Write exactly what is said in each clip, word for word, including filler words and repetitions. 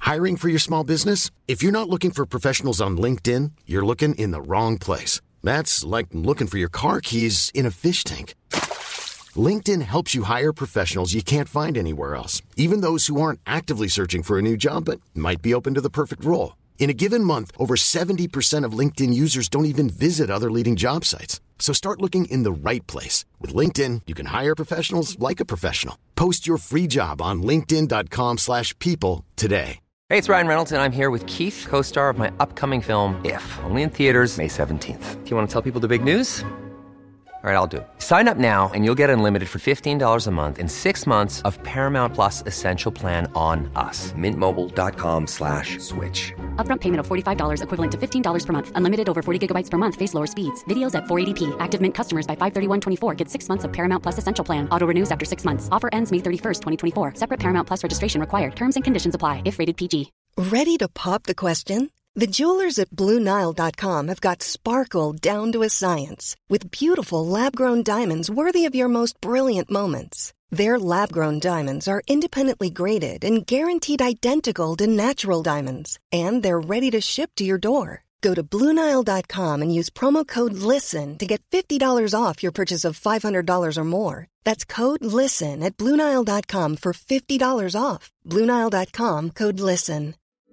Hiring for your small business? If you're not looking for professionals on LinkedIn, you're looking in the wrong place. That's like looking for your car keys in a fish tank. LinkedIn helps you hire professionals you can't find anywhere else, even those who aren't actively searching for a new job but might be open to the perfect role. In a given month, over seventy percent of LinkedIn users don't even visit other leading job sites. So start looking in the right place. With LinkedIn, you can hire professionals like a professional. Post your free job on linkedin dot com slash people today. Hey, it's Ryan Reynolds, and I'm here with Keith, co-star of my upcoming film, If, only in theaters May seventeenth. Do you want to tell people the big news? All right, I'll do it. Sign up now and you'll get unlimited for fifteen dollars a month and six months of Paramount Plus Essential Plan on us. Mint Mobile dot com slash switch. Upfront payment of forty-five dollars equivalent to fifteen dollars per month. Unlimited over forty gigabytes per month. Face lower speeds. Videos at four eighty p. Active Mint customers by five thirty-one twenty-four get six months of Paramount Plus Essential Plan. Auto renews after six months. Offer ends May thirty-first, twenty twenty-four. Separate Paramount Plus registration required. Terms and conditions apply if rated P G. Ready to pop the question? The jewelers at Blue Nile dot com have got sparkle down to a science with beautiful lab-grown diamonds worthy of your most brilliant moments. Their lab-grown diamonds are independently graded and guaranteed identical to natural diamonds, and they're ready to ship to your door. Go to Blue Nile dot com and use promo code LISTEN to get fifty dollars off your purchase of five hundred dollars or more. That's code LISTEN at Blue Nile dot com for fifty dollars off. Blue Nile dot com, code LISTEN.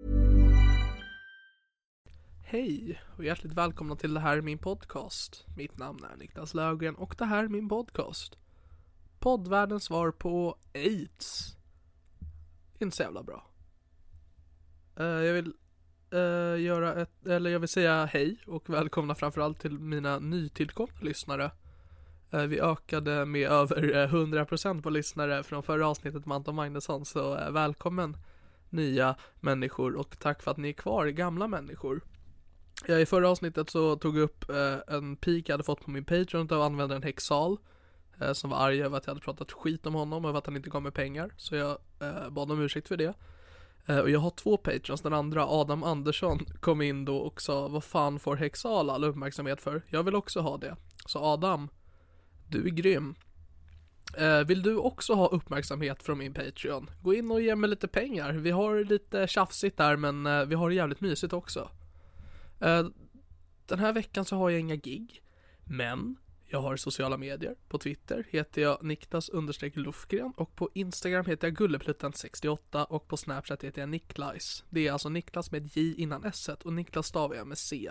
Hej och hjärtligt välkomna till det här är min podcast. Mitt namn är Niklas Löfgren och det här är min podcast. Poddvärldens svar på AIDS. Inte så jävla bra. Uh, jag vill uh, göra ett, eller jag vill säga hej och välkomna framförallt till mina nytillkomna lyssnare. Uh, vi ökade med över hundra procent på lyssnare från förra avsnittet med Anton Magnusson, så uh, välkommen nya människor och tack för att ni är kvar, gamla människor. Ja, i förra avsnittet så tog jag upp eh, en pik jag hade fått på min Patreon av användaren Hexal eh, som var arg över att jag hade pratat skit om honom och att han inte gav mig pengar. Så jag eh, bad om ursäkt för det. Eh, och jag har två Patreons. Den andra, Adam Andersson, kom in då och sa: vad fan får Hexal all uppmärksamhet för? Jag vill också ha det. Så Adam, du är grym. Eh, vill du också ha uppmärksamhet från min Patreon? Gå in och ge mig lite pengar. Vi har lite tjafsigt där, men eh, vi har det jävligt mysigt också. Uh, den här veckan så har jag inga gig, men jag har sociala medier. På Twitter heter jag Niklas understreck Lufgren och på Instagram heter jag Gulleplutten sextioåtta och på Snapchat heter jag Niklas. Det är alltså Niklas med J innan S-et och Niklas stavar jag med C.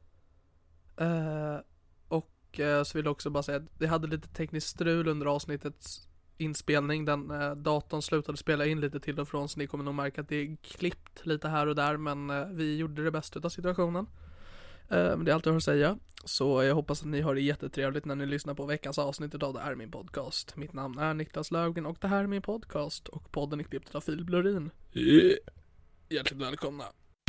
Uh, och uh, så vill jag också bara säga att det hade lite tekniskt strul under avsnittets inspelning. Den uh, datorn slutade spela in lite till och från, så ni kommer nog märka att det är klippt lite här och där, men uh, vi gjorde det bästa av situationen. Uh, men det är allt jag har att säga. Så jag hoppas att ni har det jättetrevligt när ni lyssnar på veckans avsnitt av Det här är min podcast. Mitt namn är Niklas Löfgren och det här är min podcast. Och podden är klippt av Filip Blorin. Yeah. Hjärtligt välkomna.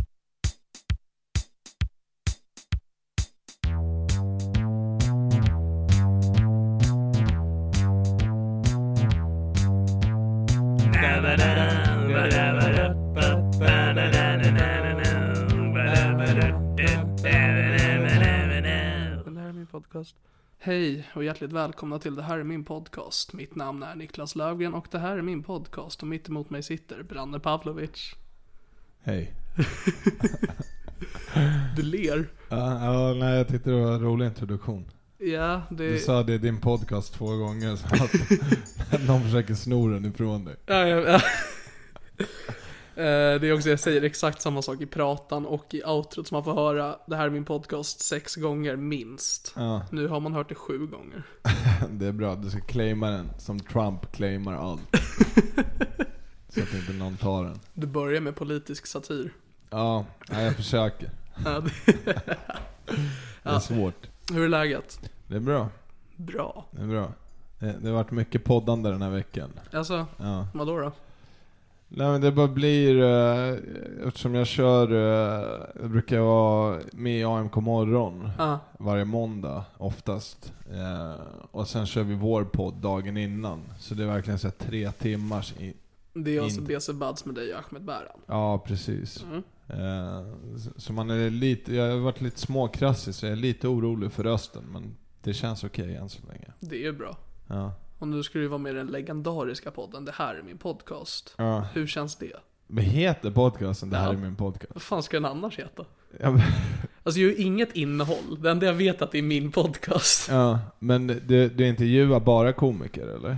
Podcast. Hej och hjärtligt välkomna till Det här är min podcast. Mitt namn är Niklas Löfgren och det här är min podcast. Och mitt emot mig sitter Branne Pavlovic. Hej. Du ler. Ja, ja, nej, jag tyckte det var en rolig introduktion. Ja, det... Du sa det är din podcast två gånger så att någon försöker sno den ifrån dig. Ja, ja, ja. Det är också, jag säger exakt samma sak i pratan och i outrot som man får höra. Det här är min podcast sex gånger minst. Ja. Nu har man hört det sju gånger. Det är bra, du ska claima den som Trump claimar allt. Så att inte någon tar den. Du börjar med politisk satir. Ja, jag försöker. Ja, det... Det är svårt. Hur är läget? Det är bra. Bra. Det är bra. Det, det har varit mycket poddande den här veckan. Alltså, ja. Vadå då? Nej, men det bara blir uh, eftersom jag kör uh, jag brukar vara med i A M K morgon ah. varje måndag oftast uh, och sen kör vi vår podd dagen innan, så det är verkligen så tre timmars i, det är alltså B C Buds med dig och Ahmed Bäran. Ja, precis. Mm. uh, så, så man är lite, jag har varit lite småkrassig, så jag är lite orolig för rösten, men det känns okej okay än så länge. Det är bra. Ja. Och nu ska du vara med i den legendariska podden Det här är min podcast. Ja. Hur känns det? Men heter podcasten Det här Ja. är min podcast? Vad fan ska den annars heta? Ja, men, Alltså jag har ju inget innehåll. Det enda jag vet att det är min podcast. ja, men du, du intervjuar bara komiker eller?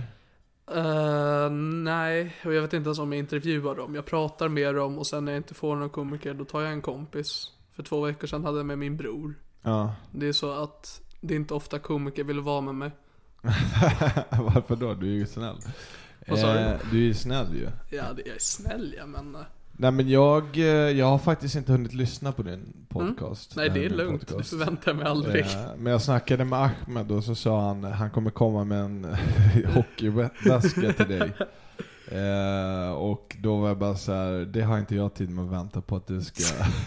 Uh, nej, och jag vet inte ens om jag intervjuar dem. Jag pratar med dem och sen när jag inte får någon komiker då tar jag en kompis. För två veckor sedan hade jag med min bror. Ja. Det är så att det är inte ofta komiker vill vara med mig. Varför då? Du är ju snäll. Vad sa du? Eh, du är ju snäll ju. Ja, det jag är snäll ja, men... uh, Nej men jag, eh, jag har faktiskt inte hunnit lyssna på din podcast. Nej, det är min lugnt. podcast. Det förväntar jag mig aldrig. Eh, Men jag snackade med Ahmed och så sa han han kommer komma med en hockeyväska till dig. Eh, och då var jag bara så här: det har inte jag tid med att vänta på att du ska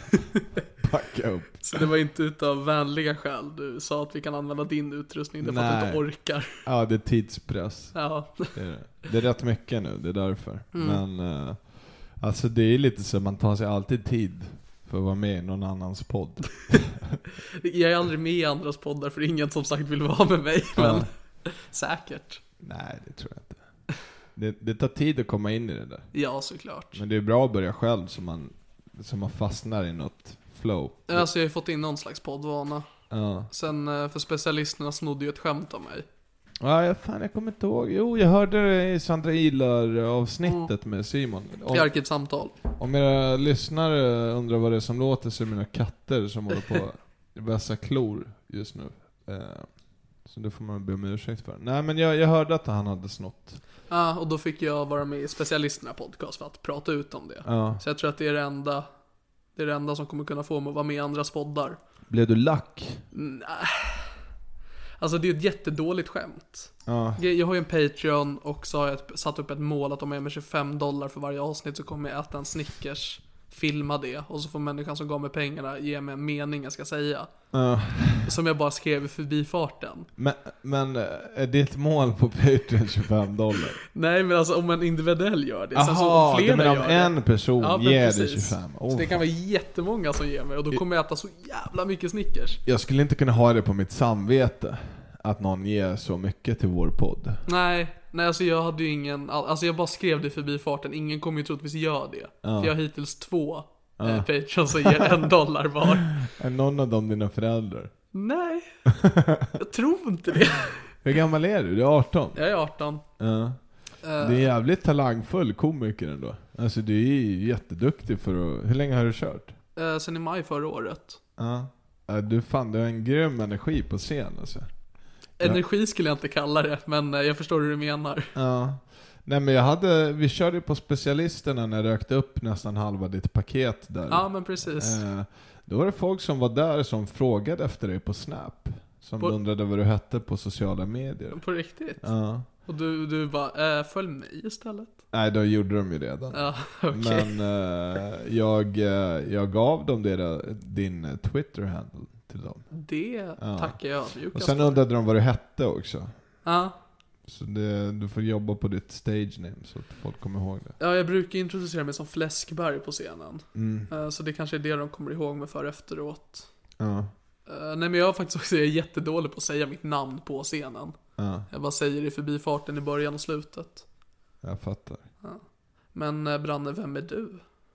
packa upp. Så det var inte utav vänliga skäl. Du sa att vi kan använda din utrustning. Det är för att du inte Nej. orkar. Ja, det är tidspress. Ja. Det är, det. det är rätt mycket nu, det är därför. Mm. Men eh, alltså det är lite så, man tar sig alltid tid för att vara med i någon annans podd. Jag är aldrig med i andras poddar för ingen som sagt vill vara med mig. Ja. Men säkert. Nej, det tror jag inte. Det, det tar tid att komma in i det där. Ja, såklart. Men det är bra att börja själv så man, så man fastnar i något flow. Alltså jag har fått in någon slags poddvana. Ja. Sen eh, för specialisterna snodde ju ett skämt av mig. Ja, jag- fan jag kommer inte ihåg. Jo, jag hörde det i Sandra Ilar avsnittet med Simon. Om, I arkivsamtal. om era lyssnare undrar vad det är som låter, så är mina katter som håller på att vässa klor just nu. Eh, så det får man be om ursäkt för. Nej, men jag, jag hörde att han hade snott. Ja, och då fick jag vara med i specialisterna podcast för att prata ut om det. Ja. Så jag tror att det är det enda Det är det enda som kommer kunna få mig att vara med i andras poddar. Blev du lack? Nej. Alltså det är ett jättedåligt skämt. Ja. Jag har ju en Patreon och så har jag satt upp ett mål att om jag är med tjugofem dollar för varje avsnitt så kommer jag äta en Snickers, filma det och så får människan som gav mig pengarna ge mig en mening jag ska säga. Ja. Som jag bara skrev i förbifarten. Men, men är ditt mål på Patreon tjugofem dollar? Nej, men alltså om en individuell gör det. Sen så Jaha, om det flera menar om gör en det. person Ja, men ger dig precis. tjugofem. Så Oh, det kan vara jättemånga som ger mig och då kommer jag äta så jävla mycket Snickers. jag skulle inte kunna ha det på mitt samvete att någon ger så mycket till vår podd. Nej, nej alltså jag hade ju ingen, alltså jag bara skrev det i förbifarten. Ingen kommer ju troligtvis göra det. Ja. För jag har hittills två Ja. eh, Patreons som ger en dollar var. Är någon av dem dina föräldrar? Nej, jag tror inte det. Hur gammal är du? Du är arton. Jag är arton. Ja. Eh, Det är en jävligt talangfull komiker ändå. Alltså du är ju jätteduktig för att... Hur länge har du kört? eh, sen i maj förra året. Ja. Ja, du fan, du har en grym energi på scen alltså. Energi skulle jag inte kalla det, men eh, jag förstår hur du menar. Ja. Nej men jag hade... Vi körde ju på specialisterna när jag rökte upp nästan halva ditt paket där. Ja, men precis. Eh, då var det folk som var där som frågade efter dig på Snap. Som På- undrade vad du hette på sociala medier. På riktigt. Ja. Och du, du bara, eh, följ mig istället. Nej, då gjorde de ju redan. Ja, okej. Men eh, jag, eh, jag gav dem det, din eh, Twitter-handle till dem. Det Ja. tackar jag Och mjukast sen för. undrade de vad du hette också. Ja. Så det, du får jobba på ditt stage name så att folk kommer ihåg det. Ja, jag brukar introducera mig som Fläskberg på scenen. Mm. Eh, Så det kanske är det de kommer ihåg mig för efteråt. Ja, Eh, Nej, men jag är faktiskt också jag är jättedålig på att säga mitt namn på scenen. ja, Jag bara säger det i förbifarten i början och slutet. jag fattar. Men eh, Branne, vem är du?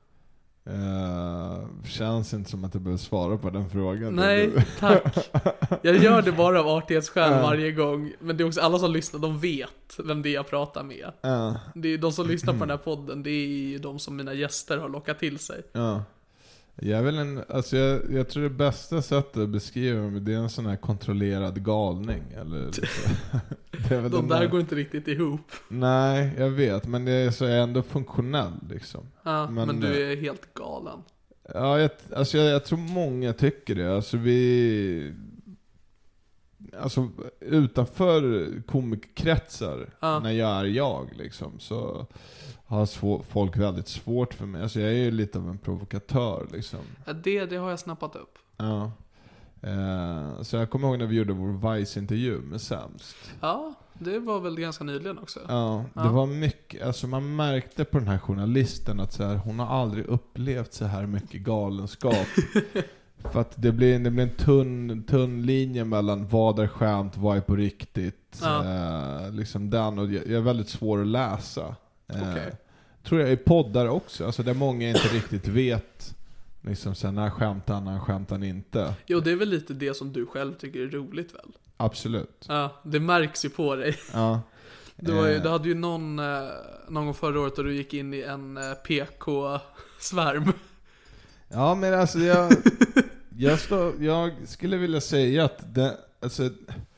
Uh, känns inte som att du behöver svara på den frågan. Nej, Du- tack. Jag gör det bara av artighetsskäl Ja. varje gång. Men det är också alla som lyssnar, de vet vem det är jag pratar med. Ja, Det är de som lyssnar på den här podden. Det är ju de som mina gäster har lockat till sig. ja. Jag, är väl en, alltså jag, jag tror det bästa sättet att beskriva mig, det är en sån här kontrollerad galning. Eller liksom. Det är väl De den där går inte riktigt ihop. Nej, jag vet, men det är så är jag ändå funktionell liksom. Ja, men, Men, du är helt galen. Ja, jag, alltså jag, jag tror många tycker det. Alltså vi... Alltså utanför komikkretsar, Ja. när jag är jag liksom, så har svår, folk väldigt svårt för mig. Alltså jag är ju lite av en provokatör liksom. Ja, Det, det har jag snappat upp. Ja. Eh, så jag kommer ihåg när vi gjorde vår Vice-intervju med Sämst. Ja, det var väl ganska nyligen också. Ja, det Ja. var mycket, alltså man märkte på den här journalisten att så här, hon har aldrig upplevt så här mycket galenskap. För att det blir, det blir en tunn, tunn linje mellan vad är skämt, vad är på riktigt. Ja. Eh, liksom den, och jag, jag är väldigt svår att läsa. Eh, Okej. tror jag i poddar också, alltså där många inte riktigt vet liksom sen när skämtar han, när skämtar han inte. Jo, det är väl lite det som du själv tycker är roligt väl? Absolut. Ja, det märks ju på dig. Ja. Du, var ju, du hade ju någon, eh, någon gång förra året då du gick in i en eh, P K-svärm. Ja, men alltså jag, jag, stå, jag skulle vilja säga att det, alltså,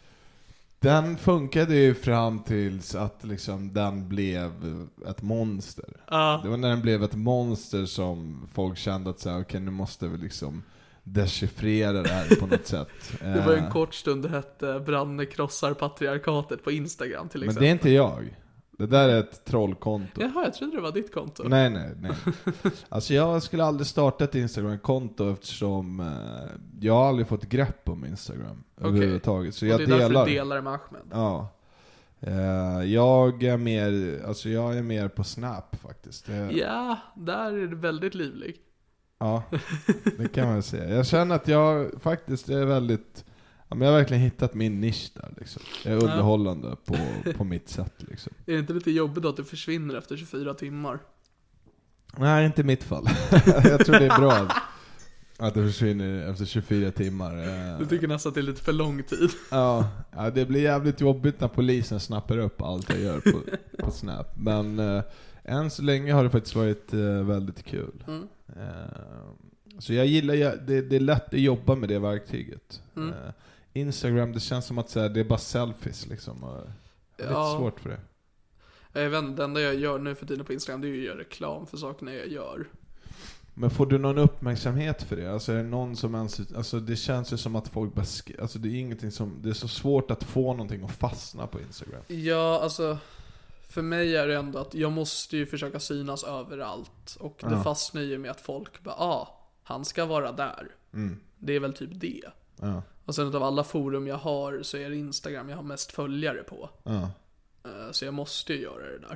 den funkade ju fram tills att liksom den blev ett monster. Ja. Det var när den blev ett monster som folk kände att så här, okej, nu måste vi liksom dechiffrera det här på något sätt. Det var ju en kort stund det hette Branne krossar patriarkatet på Instagram till exempel. Men det är inte jag. Det där är ett trollkonto. Jaha, jag trodde det var ditt konto. Nej, nej, nej. Alltså jag skulle aldrig starta ett Instagram-konto eftersom eh, jag har aldrig fått grepp om Instagram okay. överhuvudtaget. Så och jag det är delar. därför du delar med Ahmed. Ja. Eh, jag är mer, alltså jag är mer på Snap faktiskt. Det... Ja, där är du väldigt livlig. Ja, det kan man säga. Jag känner att jag faktiskt är väldigt... Ja, men jag har verkligen hittat min nisch där liksom. Jag är underhållande på, på mitt sätt liksom. Är det inte lite jobbigt då att det försvinner efter tjugofyra timmar? Nej, inte i mitt fall. Jag tror det är bra att det försvinner efter tjugofyra timmar. Du tycker nästan att det är lite för lång tid. Ja, ja, det blir jävligt jobbigt när polisen snappar upp allt jag gör på, på Snap. Men äh, än så länge har det faktiskt varit äh, väldigt kul. Mm. Äh, så jag gillar, jag, det, det är lätt att jobba med det verktyget. Mm. Äh, Instagram, det känns som att så här, det är bara selfies liksom. Och det är ja. lite svårt för det. Jag vet inte, det enda jag gör nu för tiden på Instagram, det är ju att göra reklam för sakerna jag gör. Men får du någon uppmärksamhet för det? Alltså är det någon som ens, alltså det känns ju som att folk bara sk- alltså det är ingenting som, det är så svårt att få någonting att fastna på Instagram. Ja, alltså för mig är det ändå att jag måste ju försöka synas överallt. Och det ja. fastnar ju med att folk bara, ah, han ska vara där. Mm. Det är väl typ det. Ja. Och sen av alla forum jag har så är det Instagram jag har mest följare på. Ja. Så jag måste ju göra det där.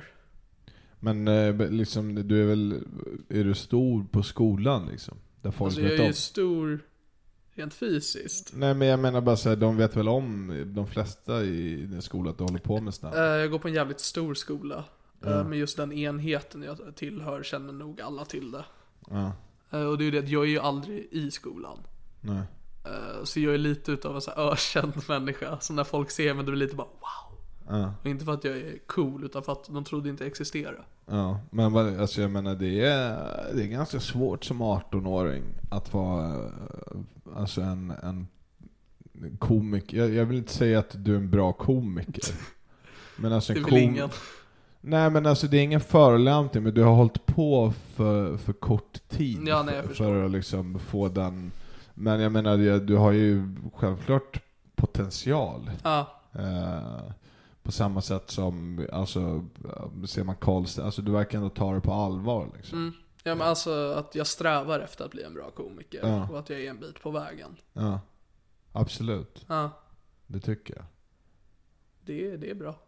Men liksom, du är väl, är du stor på skolan liksom? Där folk alltså vet jag är om. ju stor rent fysiskt. Nej, men jag menar bara så här, de vet väl om de flesta i den skolan att du håller på med sånt. Jag går på en jävligt stor skola. Ja. Men just den enheten jag tillhör känner nog alla till det. Ja. Och det är ju det att jag är ju aldrig i skolan. Nej. Så jag är lite utav en så här ökänd människa. Så när folk ser mig då är det lite bara wow. Ja. Och inte för att jag är cool utan för att de trodde inte existera. Ja, men alltså jag menar det är, det är ganska svårt som arton-åring att vara alltså en, en komiker. Jag, jag vill inte säga att du är en bra komiker. Men alltså en det är väl kom... ingen. Nej, men alltså det är ingen förolämpning, men du har hållit på för, för kort tid. Ja, nej, för, för att liksom få den. Men jag menar, du har ju självklart potential. Ja. Uh, på samma sätt som, alltså, ser man Karlstad, alltså du verkar ändå ta det på allvar liksom. Mm. Ja, men alltså att jag strävar efter att bli en bra komiker. Ja. Och att jag är en bit på vägen. Ja, absolut. Ja. Det tycker jag. Det, det är bra.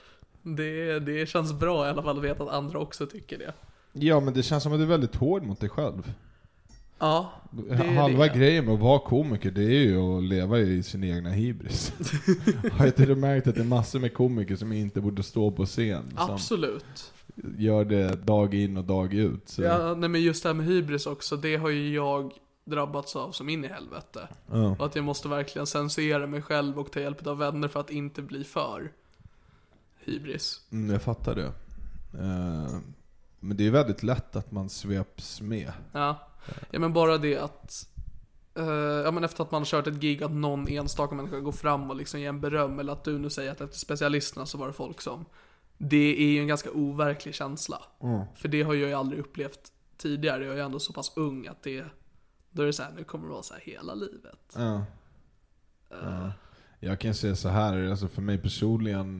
Det, det känns bra i alla fall att veta att andra också tycker det. Ja, men det känns som att du är väldigt hård mot dig själv. Ja, det halva det. Grejen med att vara komiker, det är ju att leva i sin egna hybris. Har inte du märkt att det är massor med komiker som inte borde stå på scen? Absolut. Gör det dag in och dag ut. Så. Ja, nej, men just det här med hybris också, det har ju jag drabbats av som in i helvete. Ja. Och att jag måste verkligen censurera mig själv och ta hjälp av vänner för att inte bli för hybris. Mm, jag fattar det. Uh, men det är väldigt lätt att man sveps med. Ja. Ja, men bara det att uh, ja, men efter att man har kört ett gig att någon enstaka människa går fram och liksom ger en beröm, eller att du nu säger att efter specialisterna så var det folk som, det är ju en ganska overklig känsla. Mm. För det har jag ju aldrig upplevt tidigare. Jag är ändå så pass ung att det, då är det så här, nu kommer det vara så här hela livet. Ja. Uh. Ja. Jag kan säga så här, alltså för mig personligen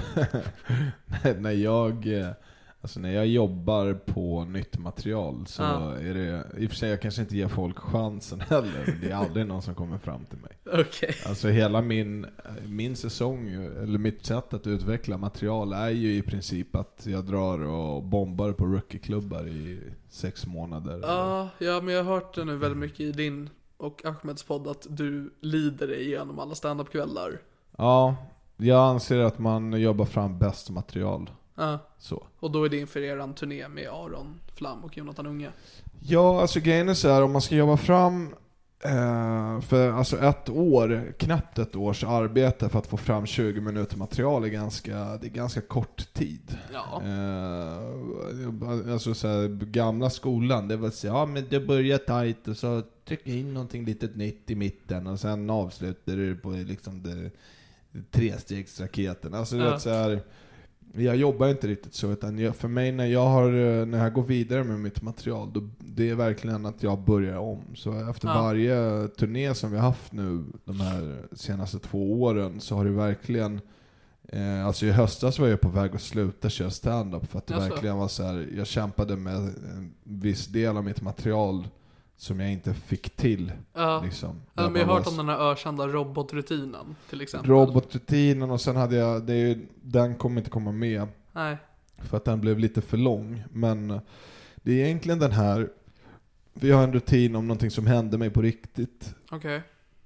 när jag alltså när jag jobbar på nytt material så ja. Är det, i och för sig jag kanske inte ger folk chansen heller, det är aldrig någon som kommer fram till mig. Okay. Alltså hela min min säsong, eller mitt sätt att utveckla material är ju i princip att jag drar och bombar på rookieklubbar i sex månader. Ja, ja, men jag har hört det nu väldigt mycket i din och Ahmeds podd att du lider dig igenom alla stand-up-kvällar. Ja, jag anser att man jobbar fram bäst material. Ja. Så. Och då är det inför er en turné med Aron Flam och Jonathan Unge. Ja, alltså grejen är så här, om man ska jobba fram eh, för alltså ett år, knappt ett års arbete för att få fram tjugo minuter material är ganska, det är ganska kort tid. Ja. Eh, alltså så här, gamla skolan, det var så ja men det börjar tajt och så trycker in någonting litet nytt i mitten och sen avslutar du på liksom det, det trestegsraketen. Alltså Ja. det så här, jag jobbar inte riktigt så, utan jag, för mig när jag har när jag går vidare med mitt material, då, det är verkligen att jag börjar om. Så efter Ja. varje turné som vi har haft nu de här senaste två åren, så har det verkligen eh, alltså i höstas var jag på väg att sluta köra stand-up för att det Jaså. verkligen var så här, jag kämpade med en viss del av mitt material som jag inte fick till. Ja. Liksom. Ja, men jag har bara hört var om den här ökända robotrutinen till exempel. robotrutinen, och sen hade jag det är ju, den kommer inte komma med Nej. för att den blev lite för lång. Men det är egentligen den här, vi har en rutin om någonting som hände mig på riktigt. Okej.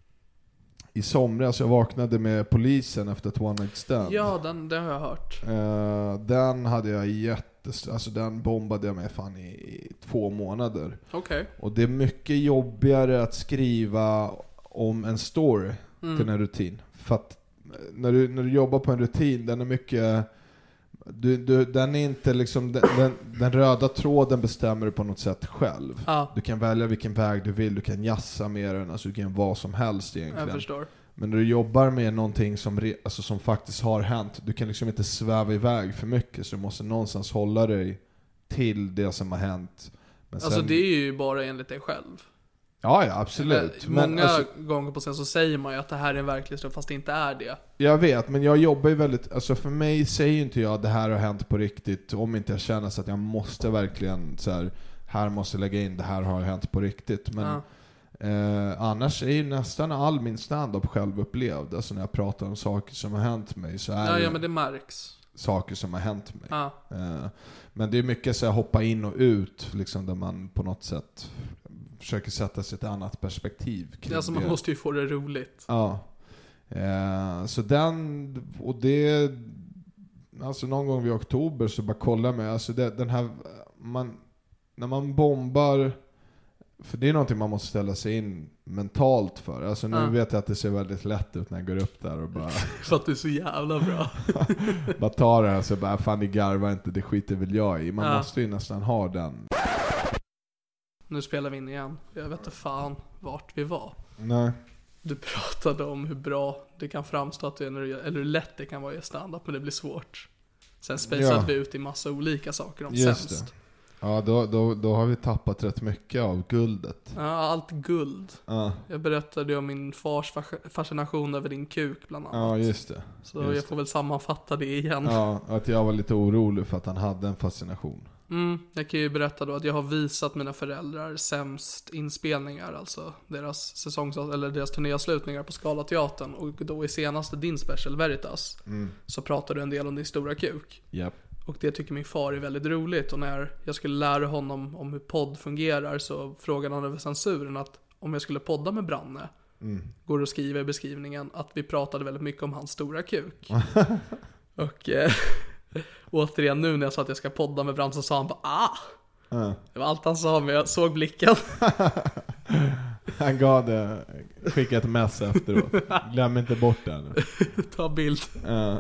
I somras jag vaknade med polisen efter ett one night stand. Ja, den, den har jag hört. Eh, den hade jag jättes, alltså den bombade jag med fan i, i två månader. Okej. Och det är mycket jobbigare att skriva om en story Mm. till en rutin. För att när du, när du jobbar på en rutin, den är mycket du, du, den är inte liksom den, den, den röda tråden bestämmer du på något sätt själv. Ja. Du kan välja vilken väg du vill, du kan jassa med den, alltså du kan vad som helst egentligen. Jag förstår. Men när du jobbar med någonting som, re, alltså som faktiskt har hänt, du kan liksom inte sväva iväg för mycket, så du måste någonstans hålla dig till det som har hänt. Men Alltså sen, det är ju bara enligt dig själv. ja, ja, absolut. Men, många alltså, gånger på scen så säger man ju att det här är en verklighet fast det inte är det. jag vet, men jag jobbar ju väldigt, alltså för mig säger ju inte jag det här har hänt på riktigt om inte jag känner så att jag måste verkligen så här, här måste jag lägga in det här har hänt på riktigt. Men Ja. eh, annars är ju nästan all min stand-up självupplevd. Alltså när jag pratar om saker som har hänt mig, så är Ja, det ja, men det märks. saker som har hänt mig. Ja. Eh, men det är mycket så här, hoppa in och ut liksom, där man på något sätt försöker sätta sig ett annat perspektiv kring Alltså man det. måste ju få det roligt. Ja. Eh, så den, och det, alltså någon gång i oktober så bara kolla med, alltså det, den här, man, när man bombar, för det är någonting man måste ställa sig in mentalt för. Alltså nu Ja. vet jag att det ser väldigt lätt ut när jag går upp där och bara För att du är så jävla bra. bara tar det här, så bara fan, det garvar inte, det skiter väl jag i. Man Ja. måste ju nästan ha den. Nu spelar vi in igen. Jag vet inte fan vart vi var. Nej. Du pratade om hur bra det kan framstå att det är när du gör, eller hur lätt det kan vara i stand-up, men det blir svårt. Sen spacade Ja. vi ut i massa olika saker om Just sämst. det. Ja, då, då, då har vi tappat rätt mycket av guldet. Ja, allt guld. Ja, Jag berättade om min fars fas- fascination över din kuk bland annat. ja just det. Så just jag får väl sammanfatta det igen. Ja, att jag var lite orolig för att han hade en fascination. Mm, jag kan ju berätta då att jag har visat mina föräldrar sämst inspelningar, alltså deras säsongs eller deras turnéavslutningar på Scalateatern, och då i senaste din special Veritas så pratade du en del om din stora kuk. Japp. Och det tycker min far är väldigt roligt, och när jag skulle lära honom om hur podd fungerar så frågade han över censuren att om jag skulle podda med Branne, går det att skriva i beskrivningen att vi pratade väldigt mycket om hans stora kuk. Och eh, återigen nu när jag sa att jag ska podda med Branne så sa han bara ah. Ja. Det var allt han sa, men jag såg blicken. Han gav det, skickade ett mess efteråt. Glöm inte bort det nu. Ta bild. Ja.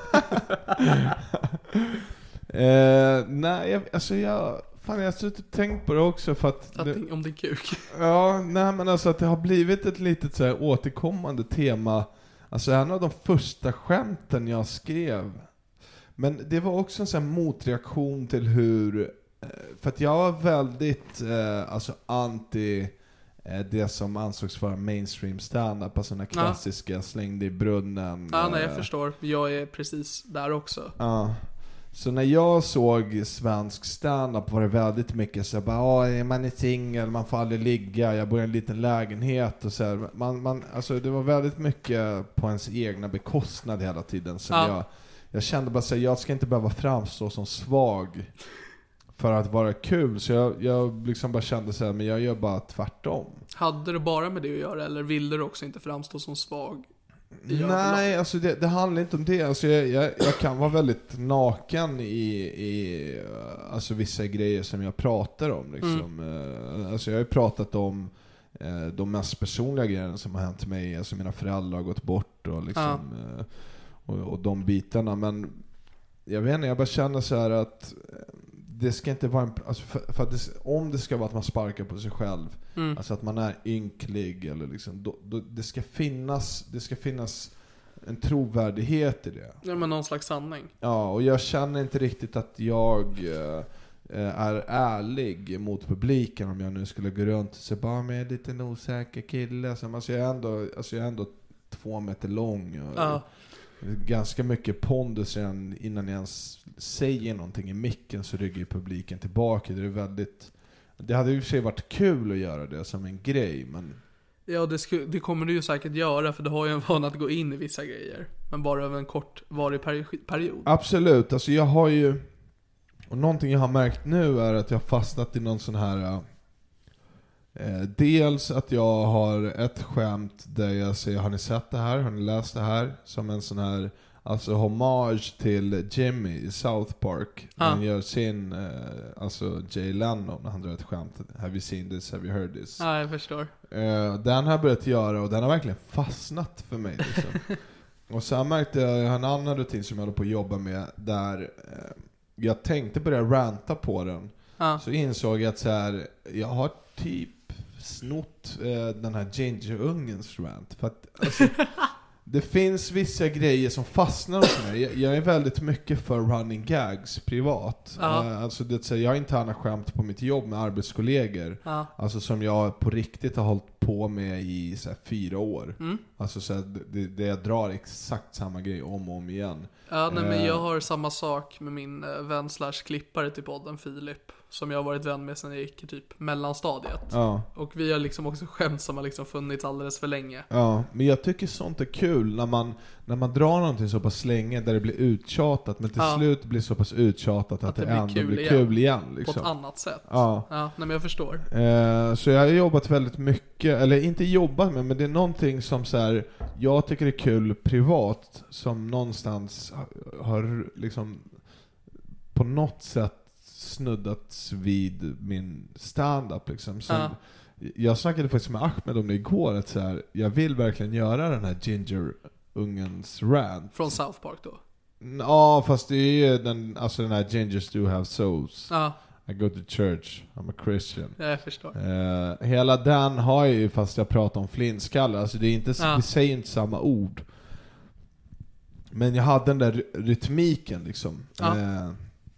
eh, nej, jag, alltså jag fan, jag har suttit och tänkt på det också för att Att det, din, om din kuk. ja, nej men alltså att det har blivit ett litet så här återkommande tema. Alltså en av de första skämten jag skrev, men det var också en sån här motreaktion till hur, för att jag var väldigt eh, alltså anti eh, det som ansågs vara mainstream stand-up, alltså den klassiska ja. Slängde i brunnen. Ja, nej jag eh, förstår. Jag är precis där också. Ja. Så när jag såg svensk stand-up var det väldigt mycket så bara, ja, man är singel, man får aldrig ligga, jag bor i en liten lägenhet och så här. Man, man, alltså det var väldigt mycket på ens egna bekostnad hela tiden. Så ja. jag, jag kände bara så här, jag ska inte behöva framstå som svag för att vara kul. Så jag, jag liksom bara kände så här, men jag gör bara tvärtom. Hade du bara med det att göra, eller ville du också inte framstå som svag? Nej, alltså det, det handlar inte om det. Alltså jag, jag, jag kan vara väldigt naken i, i alltså vissa grejer som jag pratar om. Liksom. Mm. Alltså jag har ju pratat om eh, de mest personliga grejerna som har hänt mig. Alltså mina föräldrar har gått bort och, liksom, ja. eh, och, och de bitarna. Men jag vet inte, jag bara känner så här att det ska inte vara en, alltså för, för att det, om det ska vara att man sparkar på sig själv, mm. alltså att man är ynklig eller liksom, då, då, det ska finnas det ska finnas en trovärdighet i det. Ja, men någon slags sanning. Ja, och jag känner inte riktigt att jag eh, är ärlig mot publiken om jag nu skulle gå runt och säga bara med lite en osäker kille. Alltså jag är ändå, alltså jag är ändå två meter lång och, ja. Ganska mycket pondus innan jag ens säger någonting i micken så rygger ju publiken tillbaka. Det är väldigt, det hade ju i sig varit kul att göra det som en grej, men ja, det, sku, det kommer du ju säkert göra, för du har ju en vana att gå in i vissa grejer, men bara över en kort varig period. Absolut, alltså jag har ju, och någonting jag har märkt nu är att jag har fastnat i någon sån här eh, dels att jag har ett skämt där jag säger, har ni sett det här? Har ni läst det här? Som en sån här, alltså hommage till Jimmy i South Park. Ah. Han gör sin, eh, alltså Jay Leno, när han drar ett skämt. Have you seen this? Have you heard this? Ja, ah, jag förstår. Eh, den har jag börjat göra och den har verkligen fastnat för mig. Liksom. Och sen märkte jag, jag har en annan rutin som jag håller på att jobba med där eh, jag tänkte börja ranta på den. Ah. Så insåg jag att så här, jag har typ snott eh, den här Ginger-ungens rant. För att, alltså, det finns vissa grejer som fastnar hos mig. Jag, jag är väldigt mycket för running gags privat. Uh, alltså det, så, jag har interna skämt på mitt jobb med arbetskollegor. Uh. Alltså som jag på riktigt har hållit på med i så här, fyra år. Mm. Alltså så här, det, det jag drar exakt samma grej om och om igen. Ja, nej, men jag har samma sak med min vän slash klippare till podden, Filip, som jag har varit vän med sedan jag gick i typ mellanstadiet. Ja. Och vi har liksom också skämt som har liksom funnits alldeles för länge. Ja, men jag tycker sånt är kul när man, när man drar någonting så pass länge där det blir uttjatat, men till ja. slut blir så pass uttjatat att, att det, det blir ändå kul blir igen. kul igen. Liksom. På ett annat sätt. Ja, ja, nej, men jag förstår. Eh, så jag har jobbat väldigt mycket, eller inte jobbat med, men det är någonting som så här, jag tycker är kul privat, som någonstans har liksom på något sätt snuddats vid min stand-up liksom. Som, ja. Jag snackade faktiskt med Ahmed om det igår, att så här, jag vill verkligen göra den här Ginger-ungens rant. Från South Park då? Ja, fast det är ju den, alltså den här Gingers do have souls. Ja. I go to church, I'm a Christian. Ja, jag förstår. Uh, hela den har ju, fast jag pratar om flintskallar, alltså det är inte, ja. vi säger inte samma ord. Men jag hade den där rytmiken liksom. Ja. Uh,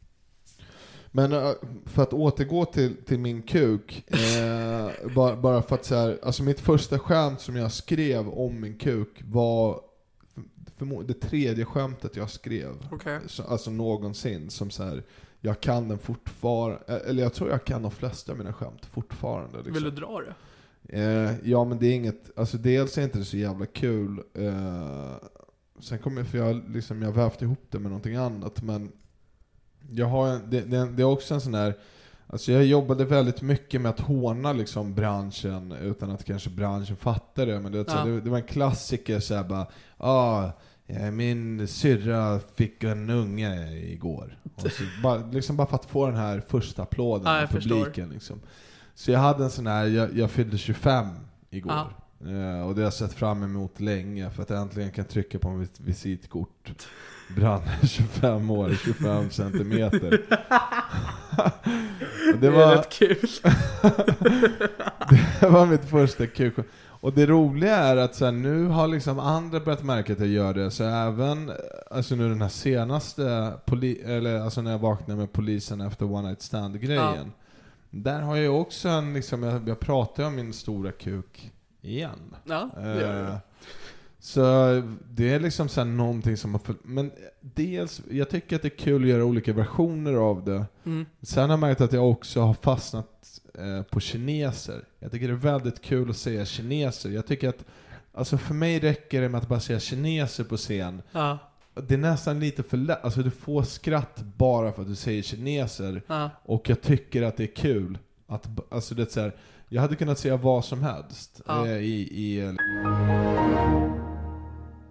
men uh, för att återgå till, till min kuk, uh, bara, bara för att så här, alltså mitt första skämt som jag skrev om min kuk var för, det tredje skämtet jag skrev. Okay. Så, alltså någonsin, som så här, jag kan den fortfarande, eller jag tror jag kan de flesta av mina skämt fortfarande. Liksom. Vill du dra det? Eh, ja, men det är inget, alltså dels är inte det så jävla kul. Eh, sen kommer jag, för jag liksom, jag har vävt ihop det med någonting annat, men jag har en, det, det, det är också en sån här, alltså jag jobbade väldigt mycket med att håna liksom branschen utan att kanske branschen fattar det, men det, ja. så, det, det var en klassiker så här bara, ah, min syrra fick en unge igår. Och så bara, liksom bara för att få den här första applåden av ja, publiken liksom. Så jag hade en sån här, jag, jag fyllde tjugofem igår. Ja. Uh, och det har jag sett fram emot länge, för att jag äntligen kan trycka på mitt visitkort. Brann tjugofem år, tjugofem centimeter. Och det, var, det är rätt kul. Det var mitt första kul. Och det roliga är att så här, nu har liksom andra börjat märka att jag gör det. Så även, alltså nu den här senaste poli- eller alltså när jag vaknade med polisen efter One Night Stand-grejen. Ja. Där har jag också en, liksom, jag, jag pratar om min stora kuk igen. Ja, det gör uh, Så det är liksom så här någonting som har, men dels, jag tycker att det är kul att göra olika versioner av det. Mm. Sen har jag märkt att jag också har fastnat eh, på kineser. Jag tycker det är väldigt kul att säga kineser. Jag tycker att, alltså för mig räcker det med att bara säga kineser på scen. Ja. Det är nästan lite för lätt, alltså du får skratt bara för att du säger kineser. Ja. Och jag tycker att det är kul att, alltså det är så här, jag hade kunnat säga vad som helst. Ja. eh, i, i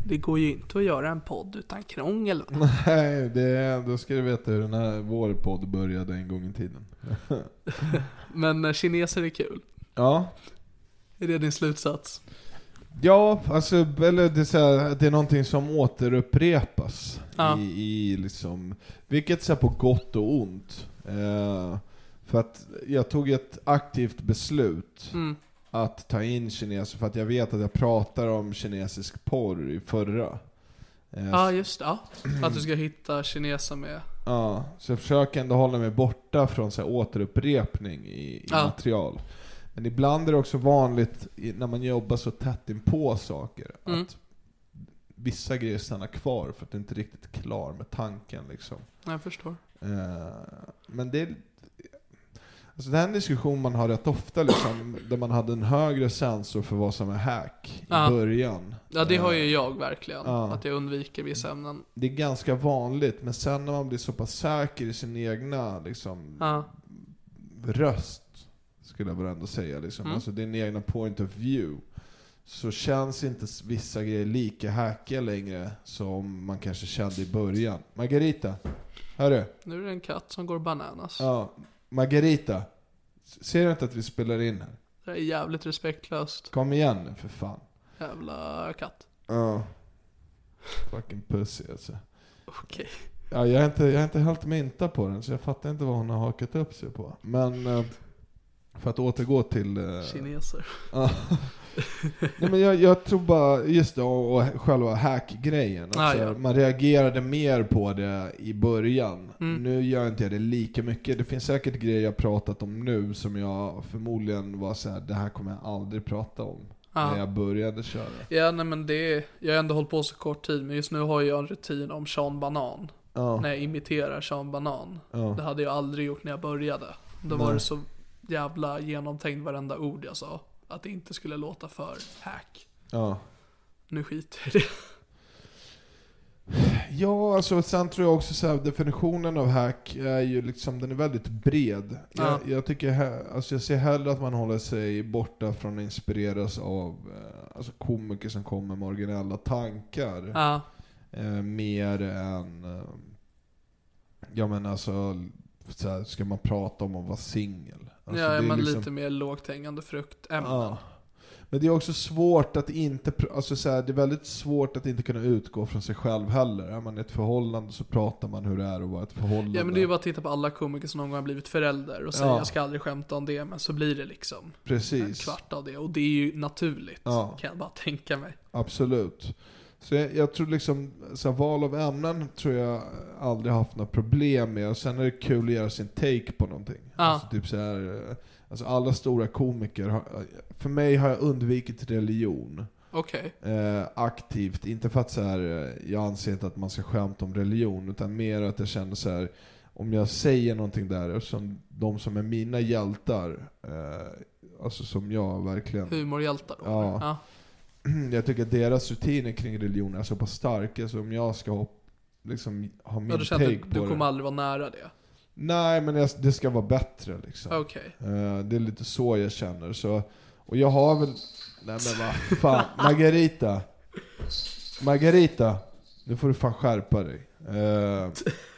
Det går ju inte att göra en podd utan krångel. Nej, det är, då ska du veta hur den här vår podd började en gång i tiden. Men kineser är kul. Ja. Är det din slutsats? Ja, alltså eller det är, så här, det är någonting som återupprepas. Ja. I, i liksom, vilket så här på gott och ont. Eh, för att jag tog ett aktivt beslut mm. att ta in kineser, för att jag vet att jag pratar om kinesisk porr i förra. Eh, Ja, just det. Ja. Att du ska hitta kineser med. Ja, så jag försöker ändå hålla mig borta från så här återupprepning i, i Ja. material. Men ibland är det också vanligt i, när man jobbar så tätt in på saker Mm. att vissa grejer stannar kvar för att det inte är riktigt klar med tanken liksom. Jag förstår. Eh, men det är alltså det här är en diskussion man har rätt ofta liksom, där man hade en högre sensor för vad som är hack i Ja. början. Ja, det har Eh, ju jag verkligen. Ja. Att jag undviker vissa ämnen. Det är ganska vanligt, men sen när man blir så pass säker i sin egna liksom, Ja. röst, skulle jag väl ändå säga liksom. Mm. Alltså din egna point of view, så känns inte vissa grejer lika hackiga längre som man kanske kände i början. Margarita, hörru? Nu är det en katt som går bananas. Ja, Margarita, ser du inte att vi spelar in här? Det är jävligt respektlöst. Kom igen nu för fan. Jävla katt. Ja. Fucking pussy alltså. Okej. Ja, jag är inte, jag är inte helt mynta på den, så jag fattar inte vad hon har hakat upp sig på. Men eh, för att återgå till eh, Kineser. ja. Nej, men jag, jag tror bara just det, och, och själva hack-grejen. Ah, Alltså, ja. man reagerade mer på det i början. Mm. Nu gör inte jag det lika mycket. Det finns säkert grejer jag pratat om nu som jag förmodligen var så här: det här kommer jag aldrig prata om. Ja. När jag började köra. Ja, nej men det, jag har ändå hållit på så kort tid, men just nu har jag en rutin om Sean Banan. Ja. När jag imiterar Sean Banan. Ja. Det hade jag aldrig gjort när jag började. Då Nej. var det så jävla genomtänkt varenda ord jag sa. Att det inte skulle låta för hack. Ja. Nu skiter jag i det. Ja, alltså sen tror jag också så här, definitionen av hack är ju liksom, den är väldigt bred. Ja. Jag, jag tycker he- alltså jag ser hellre att man håller sig borta från att inspireras av eh, alltså komiker som kommer med originella tankar. Ja, Eh, mer än eh, ja men alltså så här, ska man prata om att vara singel. Alltså, ja det är men liksom- lite mer lågt hängande frukt ämnen. Ja. Men det är också svårt att inte pr- alltså så här, det är väldigt svårt att inte kunna utgå från sig själv heller. Är man i ett förhållande så pratar man hur det är att vara ett förhållande. Ja, men det är ju bara att titta på alla komiker som någon gång har blivit förälder och säga Ja. jag ska aldrig skämta om det, men så blir det liksom en Precis. kvart av det. Och det är ju naturligt, Ja. kan jag bara tänka mig. Absolut. Så jag, jag tror liksom så här, val av ämnen tror jag aldrig haft några problem med. Och sen är det kul att göra sin take på någonting. Ja. Alltså typ så här, eh, alltså alla stora komiker har, för mig har jag undvikit religion. Okej. Eh, aktivt, inte för att så här, eh, jag anser inte att man ska skämta om religion, utan mer att jag känner så här: om jag säger någonting där som de som är mina hjältar, eh, alltså som jag verkligen, Humorhjältar då. Ja. Ja. jag tycker att deras rutiner kring religion är så pass starka, så om jag ska ha, liksom, ha min Ja, du känner take att på du det. kommer aldrig vara nära det. Nej, men jag, det ska vara bättre liksom. Okej. Eh, det är lite så jag känner. Så, och jag har väl... Nej men vad fan. Margarita. Margarita. Nu får du fan skärpa dig. Eh,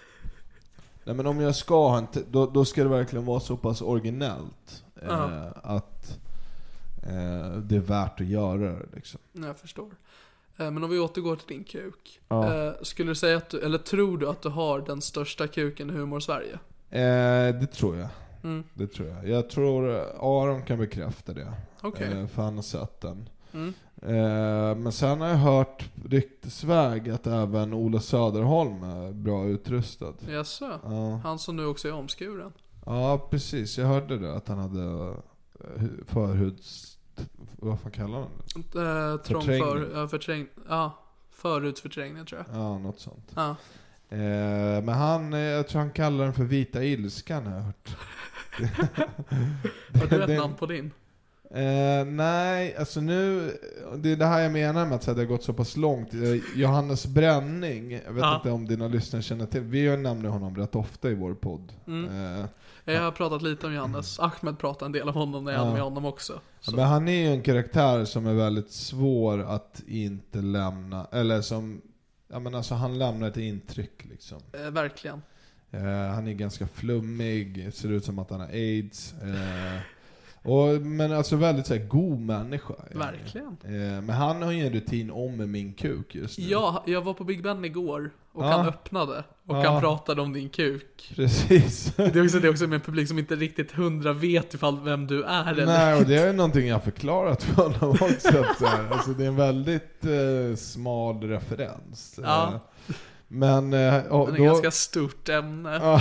nej men om jag ska ha en t- då, då ska det verkligen vara så pass originellt. Eh, Ja. att eh, det är värt att göra det liksom. Jag förstår. Eh, Men om vi återgår till din kuk. Ja. Eh, Skulle du säga att du, eller tror du att du har den största kuken i Humor-Sverige? Eh, det tror jag. Mm. Det tror jag. Jag tror Aron kan bekräfta det. Okej. Eh, för han har sett den. Mm. Eh, men sen har jag hört ryktesväg att även Ola Söderholm är bra utrustad. Jaså? Ja. Han som nu också är omskuren. Ja, precis. Jag hörde det, att han hade eh, hu- förhuds... Vad fan kallar han det? Eh, trång Förträngning. för, ja, förträng, ja, förhudsförträngning tror jag. Ja, något sånt. Ja. Eh, men han, eh, jag tror han kallar den för vita ilskan, har jag hört. Har du ett Den- namn på din? Eh, nej, alltså nu, det är det här jag menar med att det har gått så pass långt. Eh, Johannes Bränning, jag vet ja. inte om dina lyssnare känner till, vi har nämnt honom rätt ofta i vår podd. Mm. Eh, jag har pratat lite om Johannes. Ahmed pratade en del om honom när jag ja. hade med honom också. Ja, men han är ju en karaktär som är väldigt svår att inte lämna, eller som, ja men alltså han lämnar ett intryck liksom. Eh, verkligen. Eh, han är ganska flummig, ser ut som att han har AIDS. Eh, och, men alltså väldigt så här, god människa. Verkligen. Eh, men han har ju en rutin om med min kuk just nu. Ja, jag var på Big Ben igår och Ja. han öppnade och Ja. han pratade om din kuk. Precis. Det är också det också med en publik som inte riktigt hundra vet ifall vem du är eller. Nej, och det är någonting jag har förklarat för honom också. Att, så här, alltså, det är en väldigt eh, smal referens. Ja. Eh, Men, eh, och Det är ett då, ganska stort ämne. Ja.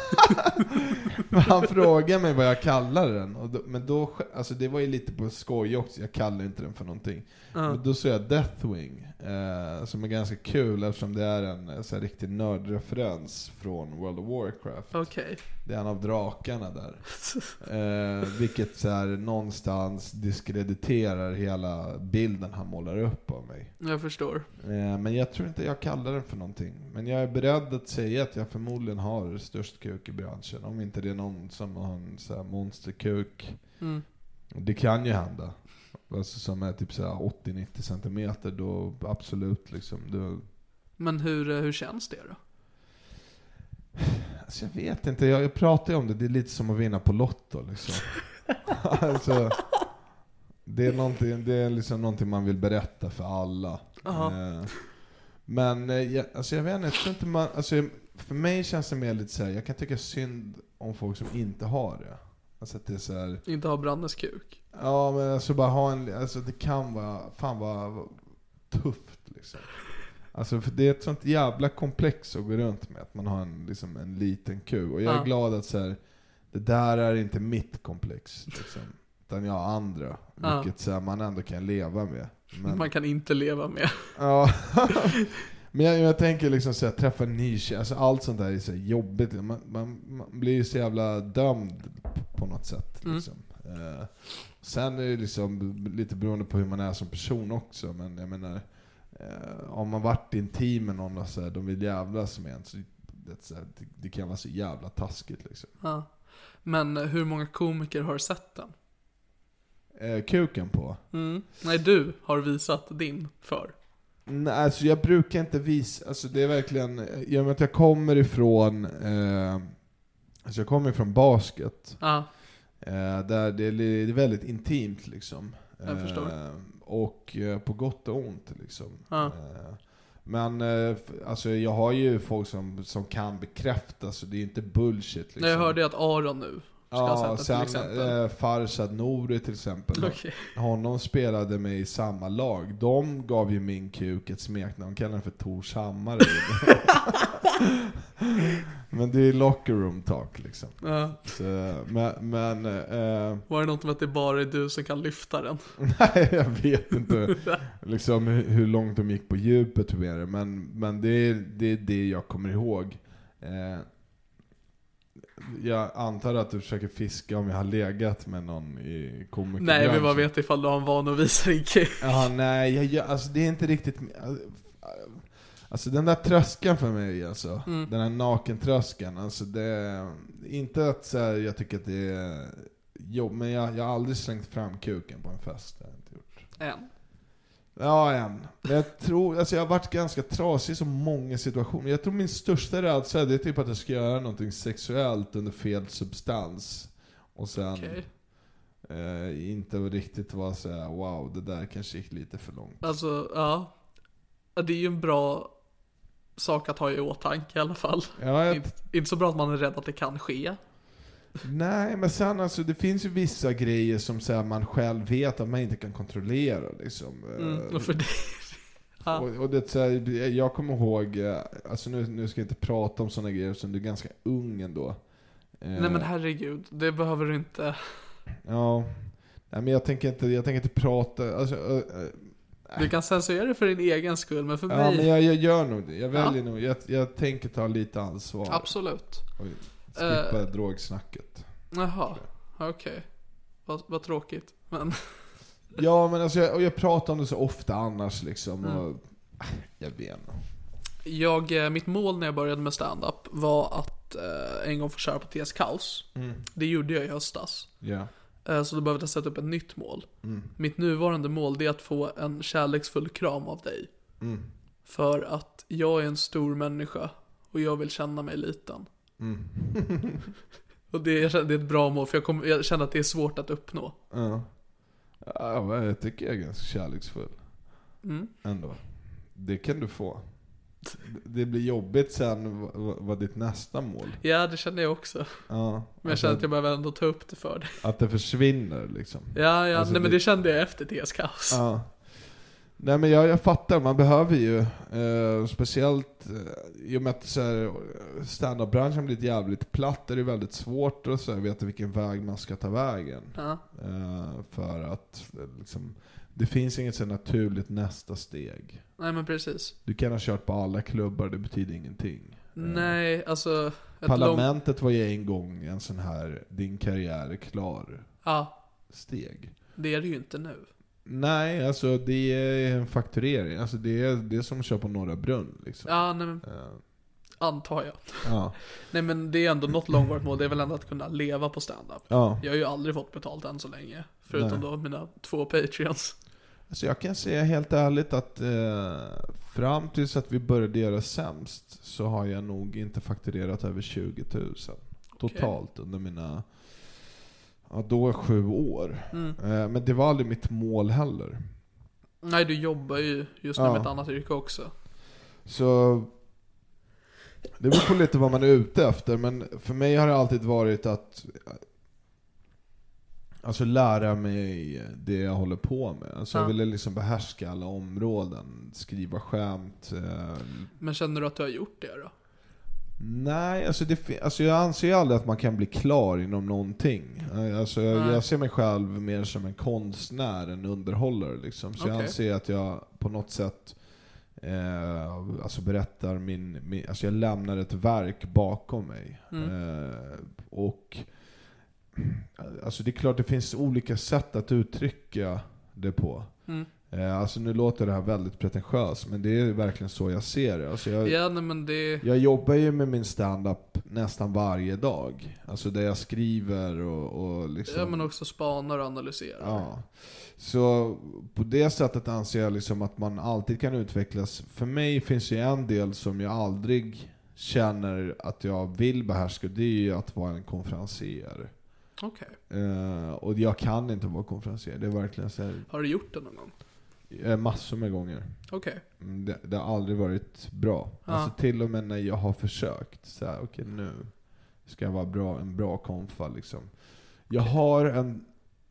Men han frågade mig vad jag kallar den, och då, men då, alltså det var ju lite på skoj också, jag kallar inte den för någonting. Mm. Men då sa jag Deathwing, eh, som är ganska kul eftersom det är en så här, riktig nördreferens från World of Warcraft. Okej. Det är en av drakarna där. eh, vilket så här, någonstans diskrediterar hela bilden han målar upp av mig. Jag förstår. Eh, men jag tror inte jag kallar den för någonting. Men jag är beredd att säga att jag förmodligen har störst kuk i branschen. Om inte det är någon som har en så här monsterkuk. Mm. Det kan ju hända. Alltså som är typ så här åttio till nittio centimeter, då absolut liksom. Då... Men hur, hur känns det då? Alltså jag vet inte, jag, jag pratar ju om det. Det är lite som att vinna på Lotto liksom. Alltså, det är någonting, det är liksom någonting man vill berätta för alla. Eh, men eh, jag, alltså jag vet inte, jag tror inte man, alltså, för mig känns det mer lite så här, jag kan tycka synd om folk som inte har det. Alltså att det är så här, Inte ha Brannes kuk. ja men alltså bara ha en, alltså det kan vara, fan vara tufft liksom. Alltså för det är ett sånt jävla komplex att gå runt med, att man har en, liksom en liten kuk. Och jag är Ja. glad att så här, det där är inte mitt komplex liksom, utan jag har andra. Ja. Vilket så här, man ändå kan leva med. Men, Man kan inte leva med. ja. Men jag, jag tänker liksom så här, träffa en ny tjej, alltså allt sånt där är så här jobbigt. Man, man, man blir ju så jävla dömd på något sätt liksom. Mm. Eh, sen är det liksom lite beroende på hur man är som person också. Men jag menar, eh, om man varit intim med någon och så här, de vill jävlas med en, så det, så här, det, det kan vara så jävla taskigt liksom. Ja. Men hur många komiker har sett den? Eh, kuken på? Mm. Nej, du har visat din för. Nej, alltså jag brukar inte visa, alltså det är verkligen, i och med att jag kommer ifrån eh, alltså jag kommer ifrån basket. Ja. Eh, där det är, det är väldigt intimt liksom. Jag förstår. Eh, och eh, på gott och ont liksom. Ja. Eh, men eh, alltså jag har ju folk som, som kan bekräfta, så det är inte bullshit liksom. Jag hörde att Aron nu ska Ja, sätta till sen exempel. eh, Farsad Nouri till exempel. Okej. Honom spelade med i samma lag. De gav ju min kuk ett smeknamn. De kallar den för Tors Hammare. Men det är locker room talk liksom. Ja. Så, men men eh, Var det något med att det bara är du som kan lyfta den? nej, jag vet inte liksom hur, hur långt de gick på djupet med det. Men, men det, är, det är det jag kommer ihåg. Eh, Jag antar att du försöker fiska om jag har legat med någon i komikerbranschen. Nej, vi bara vet ifall du har en van att visa din kuk. Ja, nej, jag, jag, alltså det är inte riktigt. Alltså den där tröskeln för mig, alltså Mm. den här nakentröskeln, alltså det är inte att så här, jag tycker att det är jobb, men jag, jag har aldrig slängt fram kuken på en fest. Det har jag inte gjort. En. Ja, en. Men jag tror, alltså jag har varit ganska trasig i så många situationer. Jag tror min största rädsla, det är typ att jag ska göra någonting sexuellt under fel substans. Och sen Okej. eh, inte riktigt vara så här, wow, det där kanske gick lite för långt. Alltså, ja. Ja, det är ju en bra sak att ha i åtanke i alla fall. Ja, jag, Inte, inte så bra att man är rädd att det kan ske. nej, men sen alltså, det finns ju vissa grejer som så här, man själv vet att man inte kan kontrollera liksom. Mm, och för det. Ja. Och, och det, så här, jag kommer ihåg, eh, alltså nu, nu ska jag inte prata om såna grejer som du är ganska ung ändå. Eh, Nej men herregud, det behöver du inte. Ja, nej, men jag tänker inte, jag tänker inte prata, alltså, äh, äh, Du kan censurera det för din egen skull, men för ja, mig. men jag, jag gör nog det, jag väljer Ja. nog, jag, jag tänker ta lite ansvar. Absolut. Och skippa Eh. drogsnacket. Jaha, okej. vad, vad tråkigt. Men Ja, men alltså jag, och jag pratar om det så ofta annars liksom. Mm. Och, jag vet inte. jag, mitt mål när jag började med stand-up var att eh, en gång få köra på T S Kaos. Mm. Det gjorde jag i höstas. Ja. Eh, så då behövde jag sätta upp ett nytt mål. Mm. Mitt nuvarande mål det är att få en kärleksfull kram av dig. Mm. För att jag är en stor människa och jag vill känna mig liten. Mm. Och det, jag känner, det är ett bra mål, för jag, kommer, jag känner att det är svårt att uppnå. Ja. Ja, jag tycker jag är ganska kärleksfull. Mm. Ändå. Det kan du få. Det blir jobbigt sen vad, vad ditt nästa mål. Ja, det känner jag också. Ja, Men jag alltså känner att jag behöver ändå ta upp det för dig. att det försvinner liksom. Ja, ja Alltså nej, men det- det kände jag efter T S Kaos. Ja. Nej, men jag, jag fattar, man behöver ju eh, speciellt eh, i och med att så här, stand-up-branschen blir jävligt platt, är det väldigt svårt att så här, veta vilken väg man ska ta vägen. Ja. Eh, för att eh, liksom, det finns inget så naturligt nästa steg. Nej, men precis. Du kan ha kört på alla klubbar, det betyder ingenting. Eh, Nej, alltså ett Parlamentet var ju en gång en sån här din karriär är klar Ja, steg. det är det ju inte nu. Nej, alltså det är en fakturering. Alltså det är det är som att köpa på Norra Brunn liksom. Ja, nej, men, Eh, antar jag. ja. Nej, men det är ändå något långvarigt mål. Det är väl ändå att kunna leva på stand-up. Ja. Jag har ju aldrig fått betalt än så länge. Förutom Nej. då mina två Patreons. Alltså jag kan säga helt ärligt att eh, fram tills att vi började göra sämst så har jag nog inte fakturerat över tjugo tusen totalt under mina ja, då är sju år. Mm. Eh, men det var aldrig mitt mål heller. Nej, du jobbar ju just nu Ja. med ett annat yrke också. Så det beror på lite vad man är ute efter, men för mig har det alltid varit att alltså lära mig det jag håller på med. Alltså Ja. jag ville liksom behärska alla områden, skriva skämt. Eh, Men känner du att du har gjort det då? nej, alltså, det, fi- alltså jag anser ju aldrig att man kan bli klar inom någonting. Eh, Alltså jag, Nej. jag ser mig själv mer som en konstnär, en underhållare liksom. Så jag Okej. anser att jag på något sätt eh, alltså berättar min, min, alltså jag lämnar ett verk bakom mig. Mm. Eh, och alltså det är klart det finns olika sätt att uttrycka det på. Mm. Eh, alltså nu låter det här väldigt pretentiöst, men det är verkligen så jag ser det. Alltså jag, Ja, nej, men det... jag jobbar ju med min stand-up nästan varje dag. Alltså där jag skriver och, och liksom... Ja, men också spanar och analyserar. Ja. Så på det sättet anser jag liksom att man alltid kan utvecklas. För mig finns ju en del som jag aldrig känner att jag vill behärska. Det är ju att vara en konferencier. Okej. Eh, och jag kan inte vara konferencier. Det är verkligen så här, Har du gjort det någon gång? eh, massor med gånger. Okej. Mm, Det, det har aldrig varit bra. Ja. Alltså till och med när jag har försökt så här, okej nu ska jag vara bra, en bra konfa liksom. Jag har en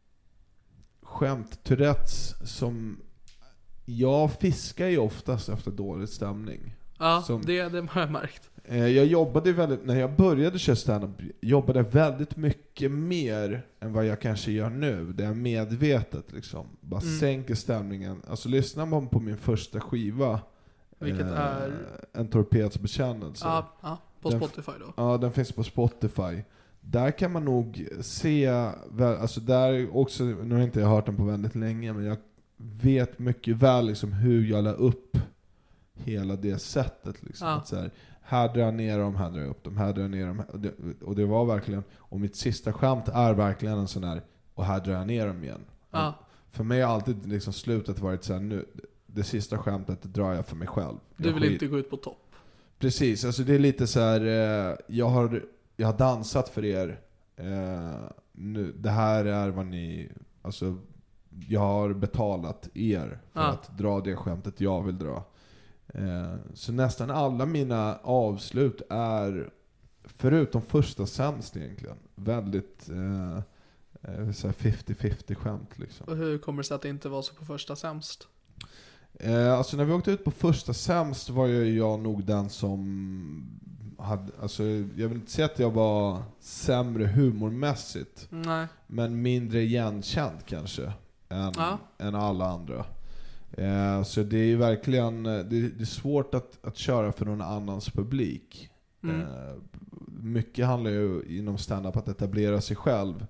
skämt Tourettes som jag fiskar ju oftast efter dålig stämning. Ja, Som- det, det har jag märkt. Eh, Jag jobbade väldigt, när jag började köra stand-up, jobbade jag väldigt mycket mer än vad jag kanske gör nu. Det är medvetet liksom. Bara Mm. sänker stämningen. Alltså lyssnar man på min första skiva, Vilket eh, är... En torpeds bekännelse. Ja, ja, på Den- Spotify då. Ja, den finns på Spotify. Där kan man nog se, väl- alltså där också, nu har jag inte hört den på väldigt länge, men jag vet mycket väl liksom hur jag la upp hela det sättet liksom. Ja. Att så här, här drar jag ner dem, här drar jag upp dem, här drar jag ner dem. Och det, och det var verkligen, och mitt sista skämt är verkligen en sån här, och här drar jag ner dem igen. Ja. För mig har alltid liksom slutet varit så här, nu, det sista skämtet drar jag för mig själv. Du Jag vill skit- inte gå ut på topp. Precis, alltså det är lite så här. Eh, jag, har, jag har dansat för er. Eh, nu, det här är vad ni... Alltså, jag har betalat er för Ja. att dra det skämtet jag vill dra. Eh, så nästan alla mina avslut är, förutom första sämst egentligen, väldigt eh, eh, så här fifty-fifty skämt liksom. Och hur kommer det sig att det inte var så på första sämst? Eh, alltså när vi åkte ut på första sämst var ju jag nog den som hade, alltså jag vill inte säga att jag var sämre humormässigt, Nej. men mindre igenkänd kanske än, Ja. än alla andra. Eh, så det är ju verkligen, det, det är svårt att, att köra för någon annans publik. Mm. Eh, mycket handlar ju inom stand-up att etablera sig själv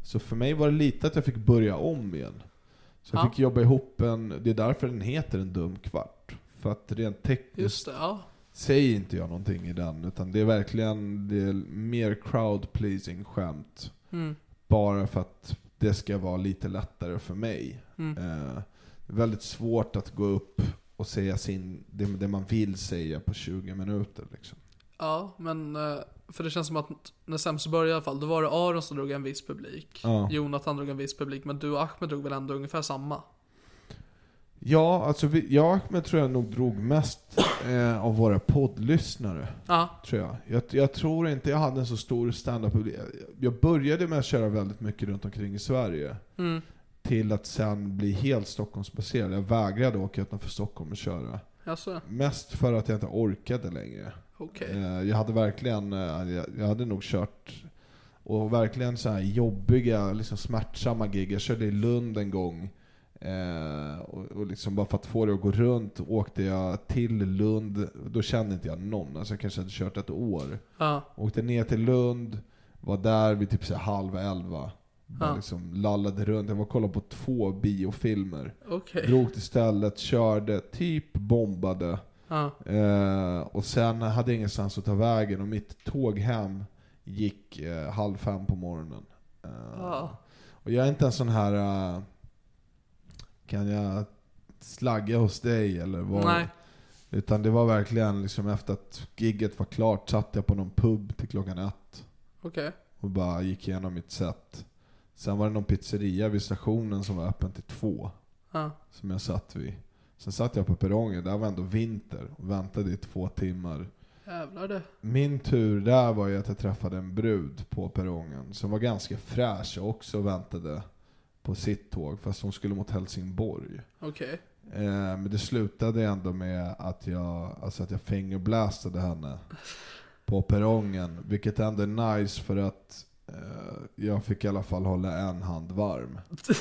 Så för mig var det lite att jag fick börja om igen. Så jag ja. fick jobba ihop en, det är därför den heter En dum kvart. För att rent tekniskt Just det, ja. säger inte jag någonting i den, utan det är verkligen det är mer crowd pleasing skämt. Mm. Bara för att det ska vara lite lättare för mig. Mm. Eh, det är väldigt svårt att gå upp och säga sin, det, det man vill säga på tjugo minuter liksom. Ja, men för det känns som att när Sems började i alla fall, då var det Aron som drog en viss publik. Ja. Jonathan drog en viss publik, men du och Ahmed drog väl ändå ungefär samma? Ja, alltså vi, jag och Ahmed tror jag nog drog mest eh, av våra poddlyssnare. Ja. Tror jag. jag. Jag tror inte jag hade en så stor stand-up-publik. Jag började med att köra väldigt mycket runt omkring i Sverige. Mm. Till att sen bli helt Stockholmsbaserad. Jag vägrade åka utanför Stockholm och köra. Alltså. Mest för att jag inte orkade längre. Okay. Eh, jag hade verkligen, eh, jag, jag hade nog kört och verkligen så här jobbiga, liksom smärtsamma gig. Jag körde i Lund en gång. Eh, och, och liksom bara för att få det att gå runt åkte jag till Lund. Då kände inte jag någon. Alltså jag kanske hade kört ett år. Ja. Åkte ner till Lund. Var där vid typ så här halv elva. Bara ja. liksom lallade runt. Jag var och kollade på två biofilmer. Okay. Drog till stället, körde, typ bombade. Ja. Eh, och sen hade jag ingenstans att ta vägen. Och mitt tåg hem gick eh, halv fem på morgonen. Eh, Ja. Och jag är inte en sån här... Uh, kan jag slagga hos dig eller vad? Nej. Utan det var verkligen liksom efter att gigget var klart satt jag på någon pub till klockan ett. Okej. Okay. Och bara gick igenom mitt set. Sen var det någon pizzeria vid stationen som var öppen till två. Ja. Som jag satt vid. Sen satt jag på perrongen, där var ändå vinter. Och väntade i två timmar. Jävlar det. Min tur där var ju att jag träffade en brud på perrongen. Som var ganska fräsch och också väntade på sitt tåg. Fast hon skulle mot Helsingborg. Okej. Okay. Eh, men det slutade ändå med att jag, alltså att jag fingerblästade henne på perrongen. Vilket ändå är nice för att eh, jag fick i alla fall hålla en hand varm.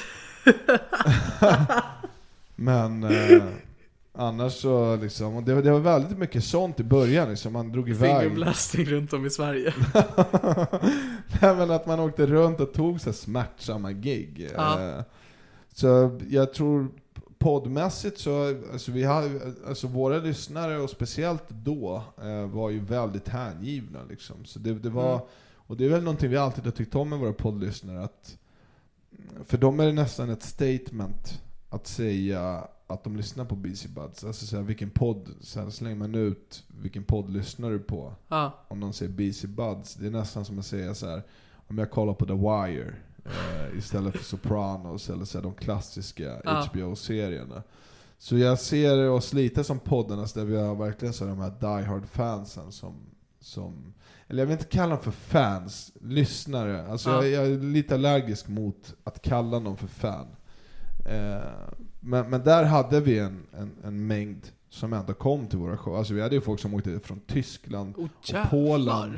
Men eh, annars så liksom, det, det var väldigt mycket sånt i början liksom. Man drog iväg fingerblasting runt om i Sverige. Nej, men att man åkte runt och tog så smärtsamma gig. Ja. eh, Så jag tror poddmässigt så alltså vi har, alltså våra lyssnare och speciellt då eh, var ju väldigt hängivna liksom. Så det, det var mm. Och det är väl någonting vi alltid har tyckt om med våra poddlyssnare, att för dem är det nästan ett statement att säga att de lyssnar på B C Buds. Alltså så här, vilken podd, så här, slänger man ut vilken podd lyssnar du på? Ja. Om de säger B C Buds, det är nästan som att säga så här, om jag kollar på The Wire eh, istället för Sopranos eller så här, de klassiska ja. H B O-serierna. Så jag ser oss lite som poddarna där vi har verkligen så här, de här diehard fansen som, som eller jag vill inte kalla dem för fans, lyssnare. Alltså ja. jag, jag är lite allergisk mot att kalla dem för fan. Eh, men, men där hade vi en, en, en mängd som ändå kom till våra show. Alltså vi hade ju folk som åkte från Tyskland oh, och Polen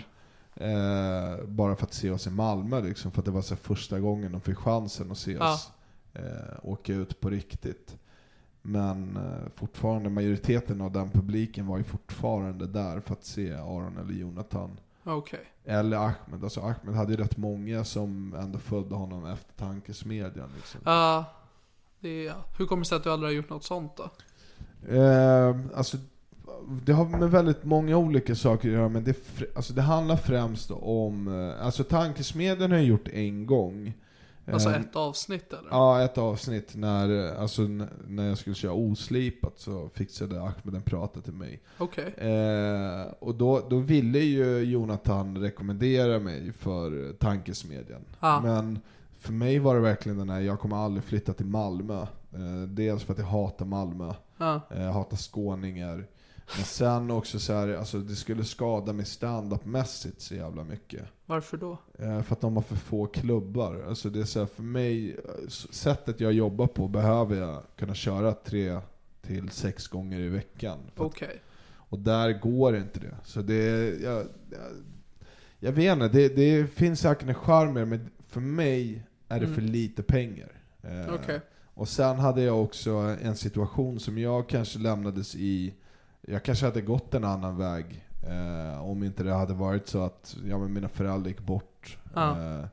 eh, bara för att se oss i Malmö liksom, för att det var så första gången de fick chansen att se ja. oss eh, åka ut på riktigt. Men eh, fortfarande majoriteten av den publiken var ju fortfarande där för att se Aron eller Jonathan. Okay. Eller Ahmed. Alltså Ahmed hade ju rätt många som ändå följde honom efter tankesmedjan liksom. Ja. Uh. Det är, hur kommer det sig att du aldrig har gjort något sånt då? Eh, alltså, det har med väldigt många olika saker att göra, men det, alltså, det handlar främst om... Alltså tankesmedjan har jag gjort en gång. Alltså eh, ett avsnitt eller? Ja, ett avsnitt. När, alltså, när jag skulle köra oslipat så fixade Ahmed en prata till mig. Okej. Okay. Eh, och då, då ville ju Jonathan rekommendera mig för tankesmedjan. Ah. Men... För mig var det verkligen den här, jag kommer aldrig flytta till Malmö. Eh, dels för att jag hatar Malmö. Ja. Eh, jag hatar skåningar. Men sen också så här, alltså det skulle skada mig stand-up-mässigt så jävla mycket. Varför då? Eh, för att de har för få klubbar. Alltså det är så här, för mig, sättet jag jobbar på behöver jag kunna köra tre till sex gånger i veckan. Okej. Okay. Och där går inte det. Så det jag, jag, jag vet inte, det, det finns säkert en charm med, men för mig är det mm. för lite pengar. Eh, okay. Och sen hade jag också en situation som jag kanske lämnades i. Jag kanske hade gått en annan väg eh, om inte det hade varit så att ja, men mina föräldrar gick bort. Ah. Eh,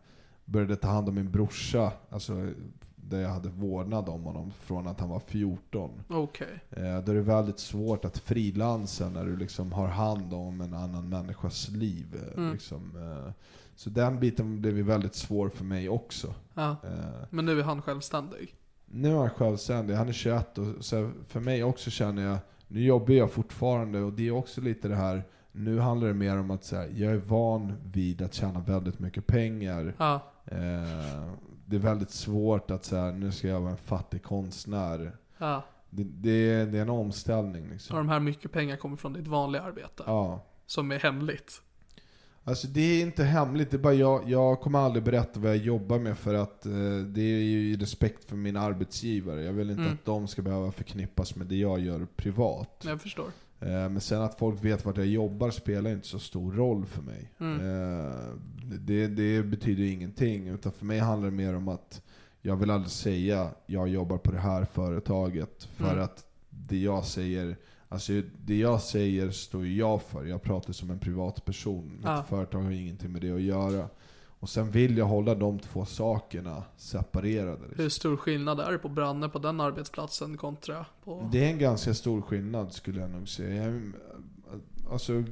började ta hand om min brorsa, alltså där jag hade vårdnad om honom från att han var fjorton. Okej. Okay. Eh, då är det väldigt svårt att frilansa när du liksom har hand om en annan människas liv. Mm. Liksom, eh, så den biten blev ju väldigt svår för mig också. Ja. Eh, Men nu är han självständig? Nu är han självständig, han är tjugoett och så för mig också känner jag, nu jobbar jag fortfarande och det är också lite det här, nu handlar det mer om att så här, jag är van vid att tjäna väldigt mycket pengar. Ja. Eh, det är väldigt svårt att säga, nu ska jag vara en fattig konstnär. Ja. Det, det, det är en omställning liksom. Och de här mycket pengar kommer från ditt vanliga arbete? Ja. Som är hemligt? Alltså det är inte hemligt, det är bara jag, jag kommer aldrig berätta vad jag jobbar med för att eh, det är ju i respekt för min arbetsgivare. Jag vill inte mm. att de ska behöva förknippas med det jag gör privat. Jag förstår. Eh, men sen att folk vet vart jag jobbar spelar inte så stor roll för mig. Mm. Eh, det, det betyder ingenting, utan för mig handlar det mer om att jag vill aldrig säga jag jobbar på det här företaget för mm. att det jag säger, alltså det jag säger står jag för. Jag pratar som en privatperson. Mitt ja. företag har ingenting med det att göra. Och sen vill jag hålla de två sakerna separerade. Hur stor skillnad är det på Branne på den arbetsplatsen kontra på... Det är en ganska stor skillnad skulle jag nog säga. Jag, alltså,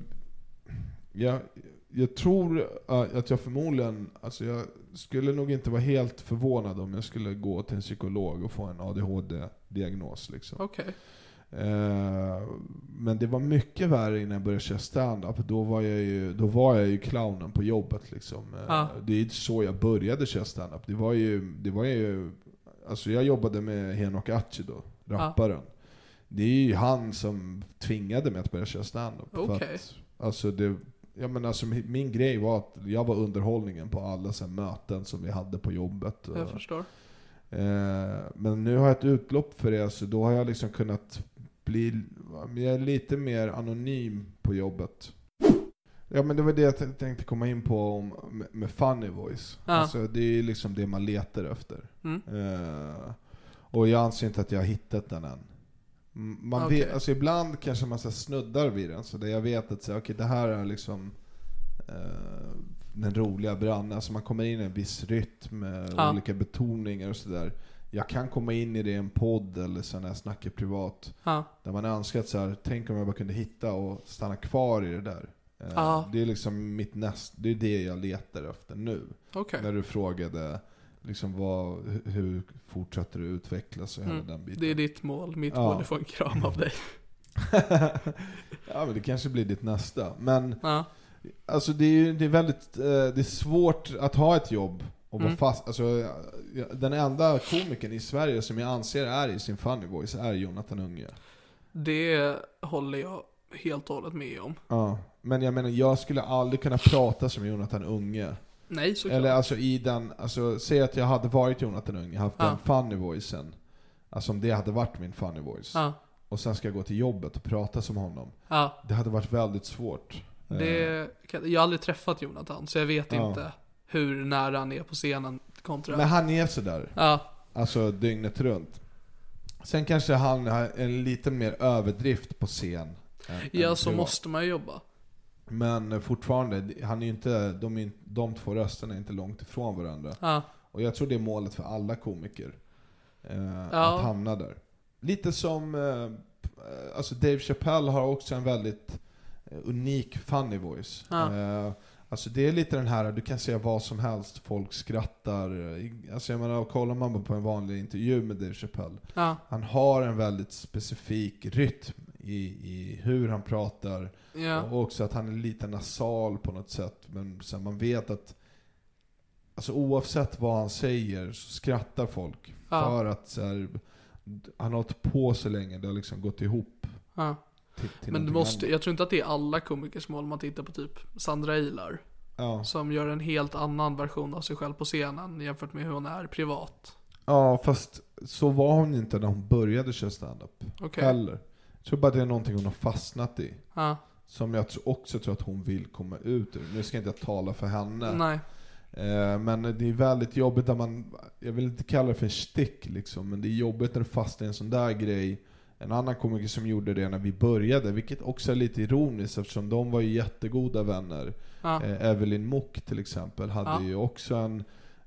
jag, jag tror att jag förmodligen, alltså jag skulle nog inte vara helt förvånad om jag skulle gå till en psykolog och få en A D H D-diagnos liksom. Okej. Okay. Uh, men det var mycket värre innan jag började köra stand-up. Då var jag ju, då var jag ju clownen på jobbet liksom. Ah. Uh, det är så jag började köra stand-up. Det var ju, det var ju, alltså jag jobbade med Henok Atchi då, rapparen. Ah. Det är ju han som tvingade mig att börja köra stand-up. Okay. För att, alltså det, ja men alltså min grej var att jag var underhållningen på alla så här möten som vi hade på jobbet. Jag förstår. Uh, men nu har jag ett utlopp för det, så då har jag liksom kunnat bli, jag är lite mer anonym på jobbet. Ja, men det var det jag tänkte komma in på om, med, med funny voice. Ja. Alltså, det är liksom det man letar efter. Mm. Uh, och jag anser inte att jag har hittat den än. Man okay. vet, alltså ibland kanske man så snuddar vid den, så där jag vet att så, okay, det här är liksom uh, den roliga branden. Alltså man kommer in i en viss rytm med ja. olika betoningar och sådär. Jag kan komma in i det i en podd eller så när jag snackar privat. Ja. Där man önskar att så här, tänk om jag bara kunde hitta och stanna kvar i det där. Ja. Det är liksom mitt näst, det är det jag letar efter nu. Okay. När du frågade liksom vad, hur fortsätter du utvecklas och hela mm. den biten. Det är ditt mål, mitt ja. mål är att få en kram av dig. Ja, men det kanske blir ditt nästa. Men ja. alltså det är, det är väldigt det är svårt att ha ett jobb och vara mm. fast. Alltså, den enda komikern i Sverige som jag anser är i sin funny voice är Jonathan Unge. Det håller jag helt och hållet med om. Ja, men jag menar, jag skulle aldrig kunna prata som Jonathan Unge. Nej, såklart. Eller alltså i den, alltså säg att jag hade varit Jonathan Unge, haft ja. den funny voicen. Alltså om det hade varit min funny voice. Ja. Och sen ska jag gå till jobbet och prata som honom. Ja. Det hade varit väldigt svårt. Det, jag har aldrig träffat Jonathan, så jag vet ja. inte hur nära han är på scenen kontra. Men han är sådär. Ja. Alltså dygnet runt. Sen kanske han har en lite mer överdrift på scen. Ja, så måste man jobba. Men fortfarande, han är ju inte, de, är, de två rösterna är inte långt ifrån varandra. Ja. Och jag tror det är målet för alla komiker. Eh, ja. Att hamna där. Lite som, eh, alltså Dave Chappelle har också en väldigt unik funny voice. Ja. Eh, alltså det är lite den här, du kan säga vad som helst, folk skrattar. Alltså jag menar, kollar man på en vanlig intervju med Dave Chappelle. Ja. Han har en väldigt specifik rytm i, i hur han pratar. Ja. Och också att han är lite nasal på något sätt. Men så här, man vet att alltså oavsett vad han säger så skrattar folk. Ja. För att så här, han har hållit på så länge, det har liksom gått ihop. Ja. Till, till Men det måste, jag tror inte att det är alla komikers mål. Man tittar på typ Sandra Ilar. Ja. Som gör en helt annan version av sig själv på scenen jämfört med hur hon är privat. Ja, fast så var hon inte när hon började köra stand-up. Okay. Heller. Jag tror bara det är någonting hon har fastnat i. Ja. Som jag också tror att hon vill komma ut ur. Nu ska jag inte tala för henne. Nej. Eh, men det är väldigt jobbigt när man, jag vill inte kalla det för en stick liksom, men det är jobbigt när du fastnar i en sån där grej. En annan komiker som gjorde det när vi började, vilket också är lite ironiskt eftersom de var ju jättegoda vänner. Ja. Eh, Evelyn Mock till exempel hade ja. ju också en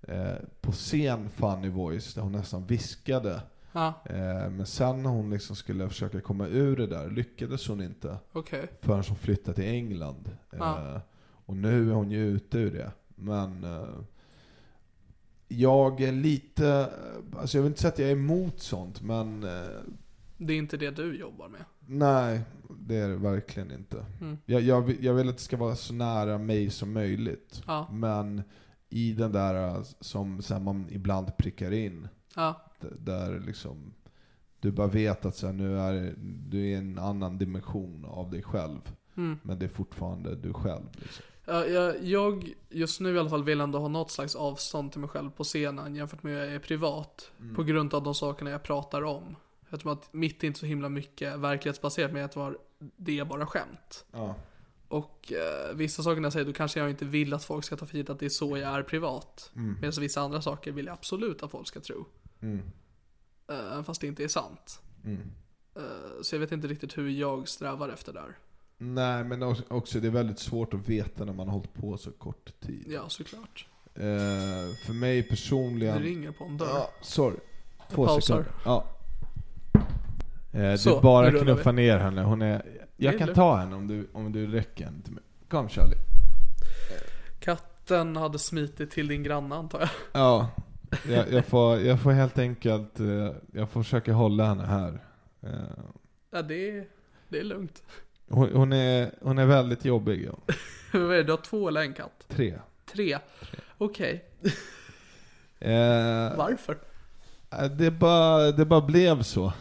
eh, på scen funny voice där hon nästan viskade. Ja. Eh, men sen när hon liksom skulle försöka komma ur det där lyckades hon inte. Okay. Förrän hon flyttade till England. Ja. Eh, och nu är hon ju ute ur det. Men eh, jag är lite, alltså jag vill inte säga att jag är emot sånt, men eh, det är inte det du jobbar med. nej, det är det verkligen inte. Mm. Jag, jag, jag vill att det ska vara så nära mig som möjligt. Ja. Men i den där som så här, man ibland prickar in. Ja. D- där liksom du bara vet att så här, nu är du är en annan dimension av dig själv. Mm. Men det är fortfarande du själv liksom. Ja, jag, jag just nu i alla fall vill ändå ha något slags avstånd till mig själv på scenen jämfört med hur jag är privat. Mm. På grund av de sakerna jag pratar om. Jag tror att mitt är inte så himla mycket verklighetsbaserat, men att var det är bara skämt. Ja. Och eh, vissa saker jag säger, då kanske jag inte vill att folk ska ta för givet att det är så jag är privat. Mm. Medan vissa andra saker vill jag absolut att folk ska tro. Mm. Eh, fast det inte är sant. Mm. Eh, så jag vet inte riktigt hur jag strävar efter där. Nej, men också det är väldigt svårt att veta när man har hållit på så kort tid. Ja, såklart. Eh, för mig personligen... Det ringer på en dörr. Ja, sorry. Två sekunder. Ja. Eh, så, du bara knuffa ner henne. Hon är... Jag kan det. ta henne om du, om du räcker henne till mig. Kom, Charlie. Katten hade smitit till din granne, antar jag. Ja. Jag, jag, får, jag får helt enkelt... Jag får försöka hålla henne här. Ja, det är, det är lugnt. Hon, hon, är, hon är väldigt jobbig. Ja. Vad är det? Du har två eller en katt? Tre. Tre? Okej. Okay. eh, Varför? Det bara, det bara blev så.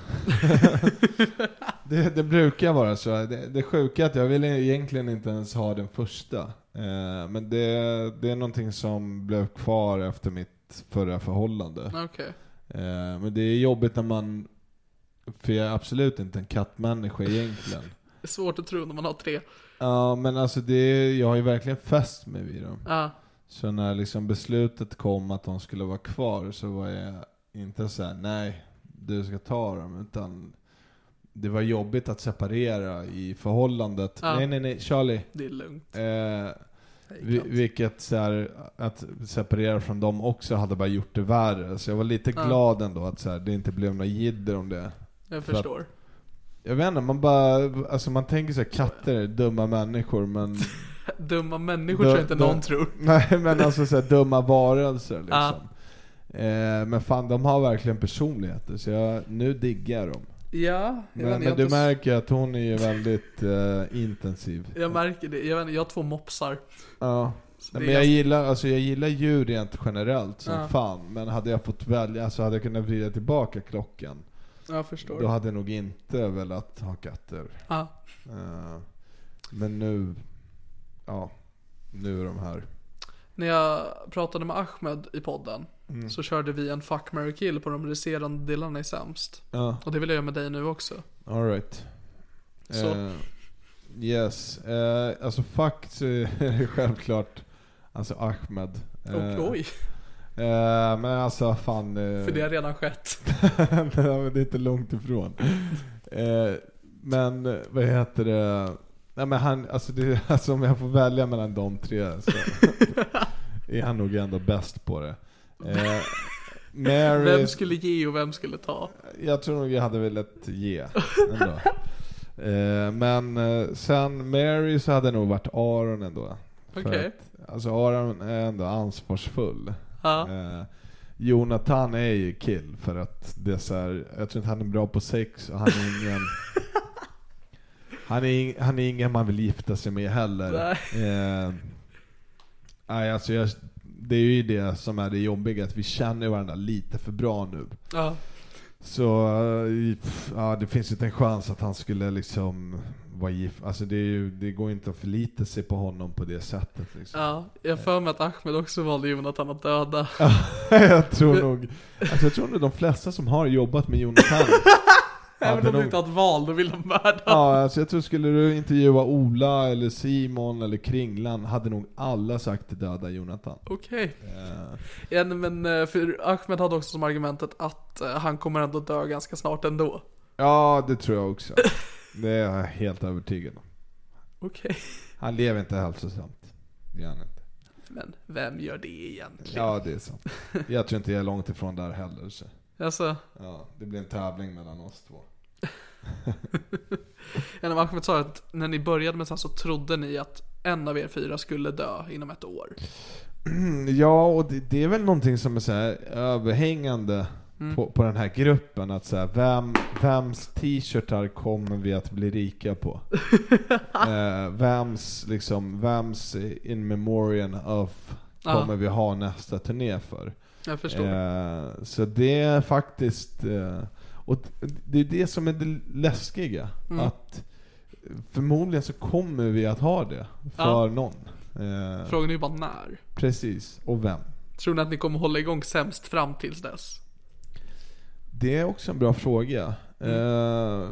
det, det brukar vara så. Det, det sjuka är att jag vill egentligen inte ens ha den första. Eh, men det, det är någonting som blev kvar efter mitt förra förhållande. Okay. Eh, men det är jobbigt när man... För jag är absolut inte en kattmänniska egentligen. Det är svårt att tro när man har tre. Ja, men alltså det, jag har ju verkligen fäst mig vid dem. Ja. Så när liksom beslutet kom att de skulle vara kvar, så var jag inte så här: nej, du ska ta dem, utan det var jobbigt att separera i förhållandet. Ja. Nej, nej, nej, Charlie. Det är lugnt. Eh, vi, vilket så här, att separera från dem också hade bara gjort det värre. Så jag var lite ja. glad ändå att så här, det inte blev några jidder om det. Jag förstår. Att, jag vet inte, man bara, alltså man tänker så här, katter är dumma människor, men dumma människor tror inte någon tror. Nej, men alltså så här, dumma varelser liksom. Ja. Eh, men fan, de har verkligen personligheter, så jag, nu diggar dem. Ja, men, men, men du märker att hon är ju väldigt uh, intensiv. Jag märker det. Jag, vet, jag har två mopsar. Ja. Men jag gillar, alltså jag gillar djur rent generellt som ja. fan. Men hade jag fått välja, så hade jag kunnat vrida tillbaka klockan. Jag förstår. Då hade jag nog inte velat ha katter. Ja. Uh, men nu, ja, nu är de här. När jag pratade med Ahmed i podden mm. så körde vi en fuck, marry, kill på de resterande delarna i sämst. Ja. Och det vill jag göra med dig nu också. All right. Så. Uh, yes. Uh, alltså fuck, så är det självklart alltså Ahmed. Uh, och oj. Uh, men alltså fan. Uh, För det har redan skett. Det är inte långt ifrån. uh, men vad heter det? Nej, men han, alltså, det, alltså om jag får välja mellan de tre, så är han nog ändå bäst på det. Eh, Mary, vem skulle ge och vem skulle ta? Jag tror nog jag hade velat ge ändå. eh, Men eh, sen Mary, så hade det nog varit Aron ändå. Okej. Okay. Alltså Aron är ändå ansvarsfull. Ja. eh, Jonathan är ju kill, för att det är så här, jag tror inte han är bra på sex, och han är ingen Han är, han är ingen man vill gifta sig med heller. Nej. Eh, nej, alltså jag, det är ju det som är det jobbiga, att vi känner varandra lite för bra nu. Ja. Så ja, det finns ju inte en chans att han skulle liksom vara gift. Alltså det, är ju, det går inte att förlita sig på honom på det sättet liksom. Ja, jag för mig att Ahmed också valde Jonathan att döda. Ja, jag tror nog alltså jag tror nog de flesta som har jobbat med Jonathan även om du inte har ett val, då vill de mörda. Ja, alltså jag tror, skulle du intervjua Ola eller Simon eller Kringlan, hade nog alla sagt döda Jonathan. Okej. Okay. Uh. Ja, men för Ahmed hade också som argumentet att uh, han kommer ändå dö ganska snart ändå. Ja, det tror jag också. Det är jag helt övertygad om. Okej. Okay. Han lever inte hälsosamt. Det gör han inte. Men vem gör det egentligen? Ja, det är sant. Jag tror inte jag är långt ifrån där heller. Så. Alltså. Ja, det blir en tävling mellan oss två. En av Ahmed sa att när ni började med så här så trodde ni att en av er fyra skulle dö inom ett år. Ja, och det, det är väl någonting som är så här överhängande mm. på, på den här gruppen. Att så här, vem, vems t-shirtar kommer vi att bli rika på? eh, vems, liksom, vems in memoriam of kommer ah. vi ha nästa turné för? Jag förstår. Eh, så det är faktiskt... Eh, och det är det som är det läskiga. Mm. Att förmodligen så kommer vi att ha det för ja. någon. Eh, Frågan är ju bara när. Precis, och vem? Tror ni att ni kommer hålla igång sämst fram tills dess? Det är också en bra fråga. Mm. Eh,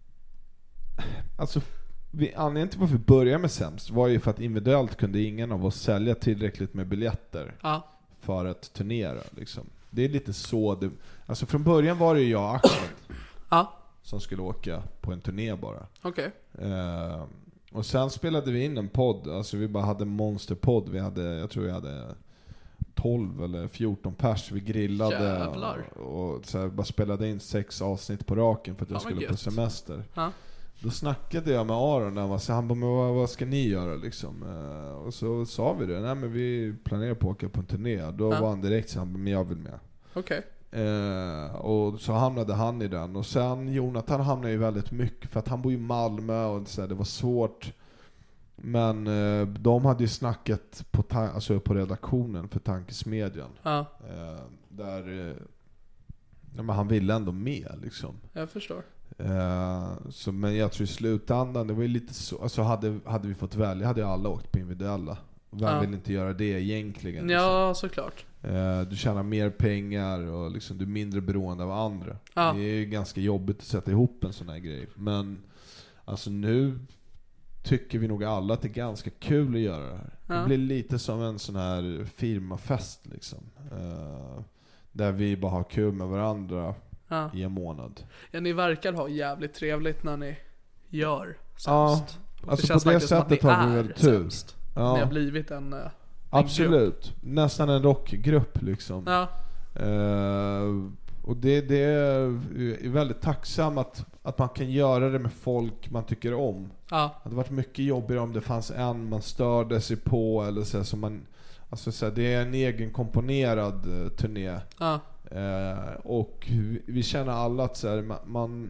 alltså, vi, anledningen till varför vi började med sämst var ju för att individuellt kunde ingen av oss sälja tillräckligt med biljetter ja. för att turnera. Liksom. Det är lite så det, alltså från början var det ju jag och Ahmed ja. som skulle åka på en turné bara. Okej. Okay. Eh, och sen spelade vi in en podd. Alltså vi bara hade en monsterpodd. Vi hade, jag tror vi hade tolv eller fjorton pers. Vi grillade och, och så här, bara spelade in sex avsnitt på raken för att jag ja, skulle på semester. Ja. Då snackade jag med Aron där, var så han bara, men vad, vad ska ni göra liksom? Uh, och så sa vi det, nej men vi planerar på att åka på en turné. Då ja. var han direkt så han bara, men jag vill med. Okej. Okay. Uh, och så hamnade han i den. Och sen Jonathan hamnade ju väldigt mycket för att han bor i Malmö och så här, det var svårt. Men uh, de hade ju snackat på, ta- alltså på redaktionen för Tankesmedjan. Ja. Uh, där uh, ja, men han ville ändå med liksom. Jag förstår. Uh, så, men jag tror i slutändan det var ju lite så, alltså hade, hade vi fått välja hade ju alla åkt på individuella. Vem ja. vill inte göra det egentligen? Ja, liksom. såklart. Uh, du tjänar mer pengar och liksom, du är mindre beroende av andra. Ja. Det är ju ganska jobbigt att sätta ihop en sån här grej. Men alltså nu tycker vi nog alla att det är ganska kul att göra det här. Ja. Det blir lite som en sån här firmafest liksom. Uh, där vi bara har kul med varandra. Ja. I en månad. Ja, ni verkar ha jävligt trevligt när ni gör sämst. Ja, alltså det på det sättet har vi väl tur. Ja. Ni har blivit en, en absolut. Grupp. Nästan en rockgrupp liksom. Ja. Uh, och det, det är väldigt tacksam att, att man kan göra det med folk man tycker om. Ja. Det hade varit mycket jobbigare om det fanns en man störde sig på eller så, så man, alltså så det är en egen komponerad uh, turné. Ja. Eh, och vi, vi känner alla att så här, man, man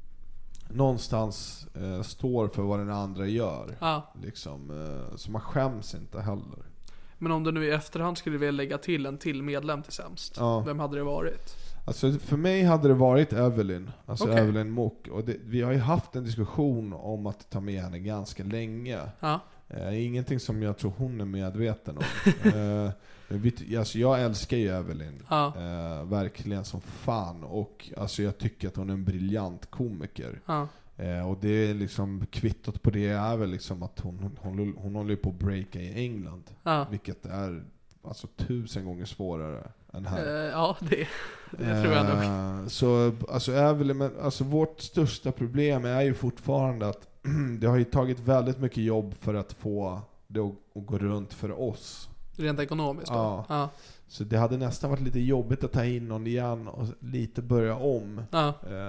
någonstans eh, står för vad den andra gör. Ja. Liksom, eh, så man skäms inte heller. Men om du nu i efterhand skulle vilja lägga till en till medlem till sämst, ja. vem hade det varit? Alltså för mig hade det varit Evelyn. Alltså okay. Evelyn Mock. Och det, vi har ju haft en diskussion om att ta med henne ganska länge. Ja. Eh, ingenting som jag tror hon är medveten om. eh, vi, alltså jag älskar ju Evelyn. Ja. Eh, verkligen som fan. Och alltså jag tycker att hon är en briljant komiker. Ja. Eh, och det är liksom kvittot på det är väl liksom att hon, hon, hon, hon håller på att breaka i England. Ja. Vilket är alltså tusen gånger svårare än här. Eh, ja, det, det tror jag nog. Eh, så alltså Evelyn, men alltså vårt största problem är ju fortfarande att det har ju tagit väldigt mycket jobb för att få det att, att gå runt för oss. Rent ekonomiskt då? Ja. ja. Så det hade nästan varit lite jobbigt att ta in någon igen och lite börja om. Ja.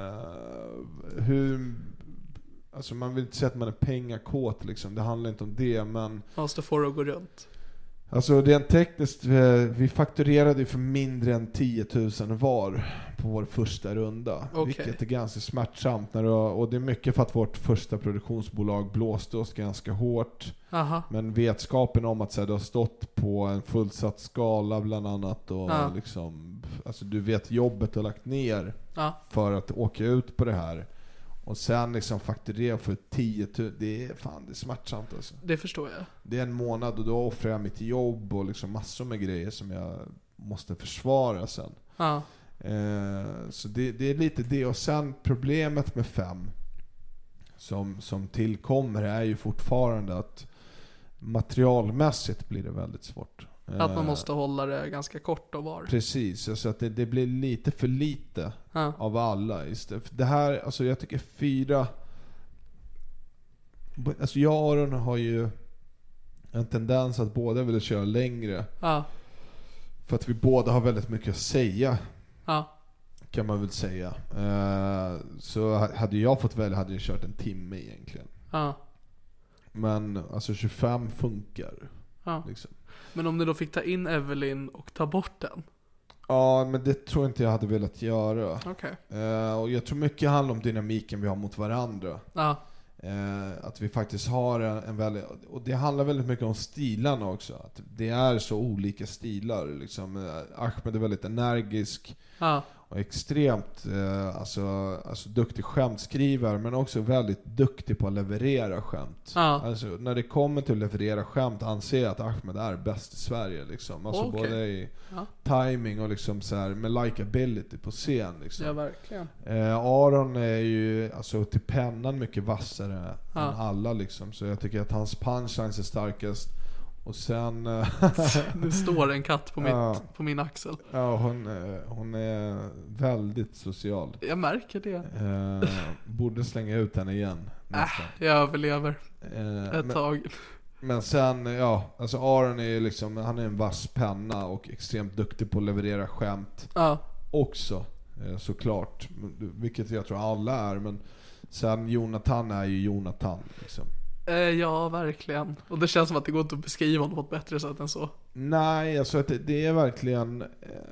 Uh, hur, alltså man vill inte säga att man är pengakåt liksom. Det handlar inte om det, men måste få det att gå runt. Alltså rent tekniskt, vi fakturerade för mindre än tio tusen var på vår första runda. Okay. Vilket är ganska smärtsamt. När det, och det är mycket för att vårt första produktionsbolag blåste oss ganska hårt. Aha. Men vetskapen om att så här, det har stått på en fullsatt skala bland annat. Och ja. liksom, alltså, du vet jobbet du har lagt ner ja. för att åka ut på det här. Och sen liksom fakturera för tio tusen, det är fan, det är smärtsamt alltså. Det förstår jag. Det är en månad och då offrar jag mitt jobb och liksom massor med grejer som jag måste försvara sen. Ja. Eh, så det, det är lite det. Och sen problemet med fem som, som tillkommer är ju fortfarande att materialmässigt blir det väldigt svårt. Att man måste hålla det ganska kort och var. Precis, alltså att det, det blir lite för lite ja. av alla. Det här, alltså jag tycker fyra... Alltså jag och Aron har ju en tendens att båda ville köra längre. Ja. För att vi båda har väldigt mycket att säga. Ja. Kan man väl säga. Uh, så hade jag fått välja hade jag kört en timme egentligen. Ja. Men alltså tjugofem funkar. Ja. Liksom. Men om ni då fick ta in Evelyn och ta bort den? Ja, men det tror jag inte jag hade velat göra. Okej. Uh, och jag tror mycket handlar om dynamiken vi har mot varandra. Ja. Uh, att vi faktiskt har en, en väldigt... Och det handlar väldigt mycket om stilarna också. Att det är så olika stilar. Liksom. Uh, Ahmed är väldigt energisk. Ja. Och extremt eh, alltså, alltså duktig skämtskrivare, men också väldigt duktig på att leverera skämt. Ja. Alltså, när det kommer till att leverera skämt anser jag att Ahmed är bäst i Sverige. Liksom. Alltså, okay. Både i ja. timing och liksom så här, med likability på scen. Liksom. Ja, verkligen. Eh, Aron är ju alltså, till pennan mycket vassare ja. än alla. Liksom. Så jag tycker att hans punchlines är starkast. Och sen... Nu står en katt på, mitt, ja. på min axel. Ja, hon, hon är väldigt social. Jag märker det. Eh, borde slänga ut henne igen. Äh, jag överlever. Eh, Ett men, tag. Men sen, ja, alltså Aron är ju liksom, han är en vass penna och extremt duktig på att leverera skämt. Ja. Också, eh, såklart. Vilket jag tror alla är. Men sen Jonathan är ju Jonathan liksom. Ja, verkligen. Och det känns som att det går inte att beskriva honom på ett bättre sätt än så. Nej, alltså att det, det är verkligen... Eh,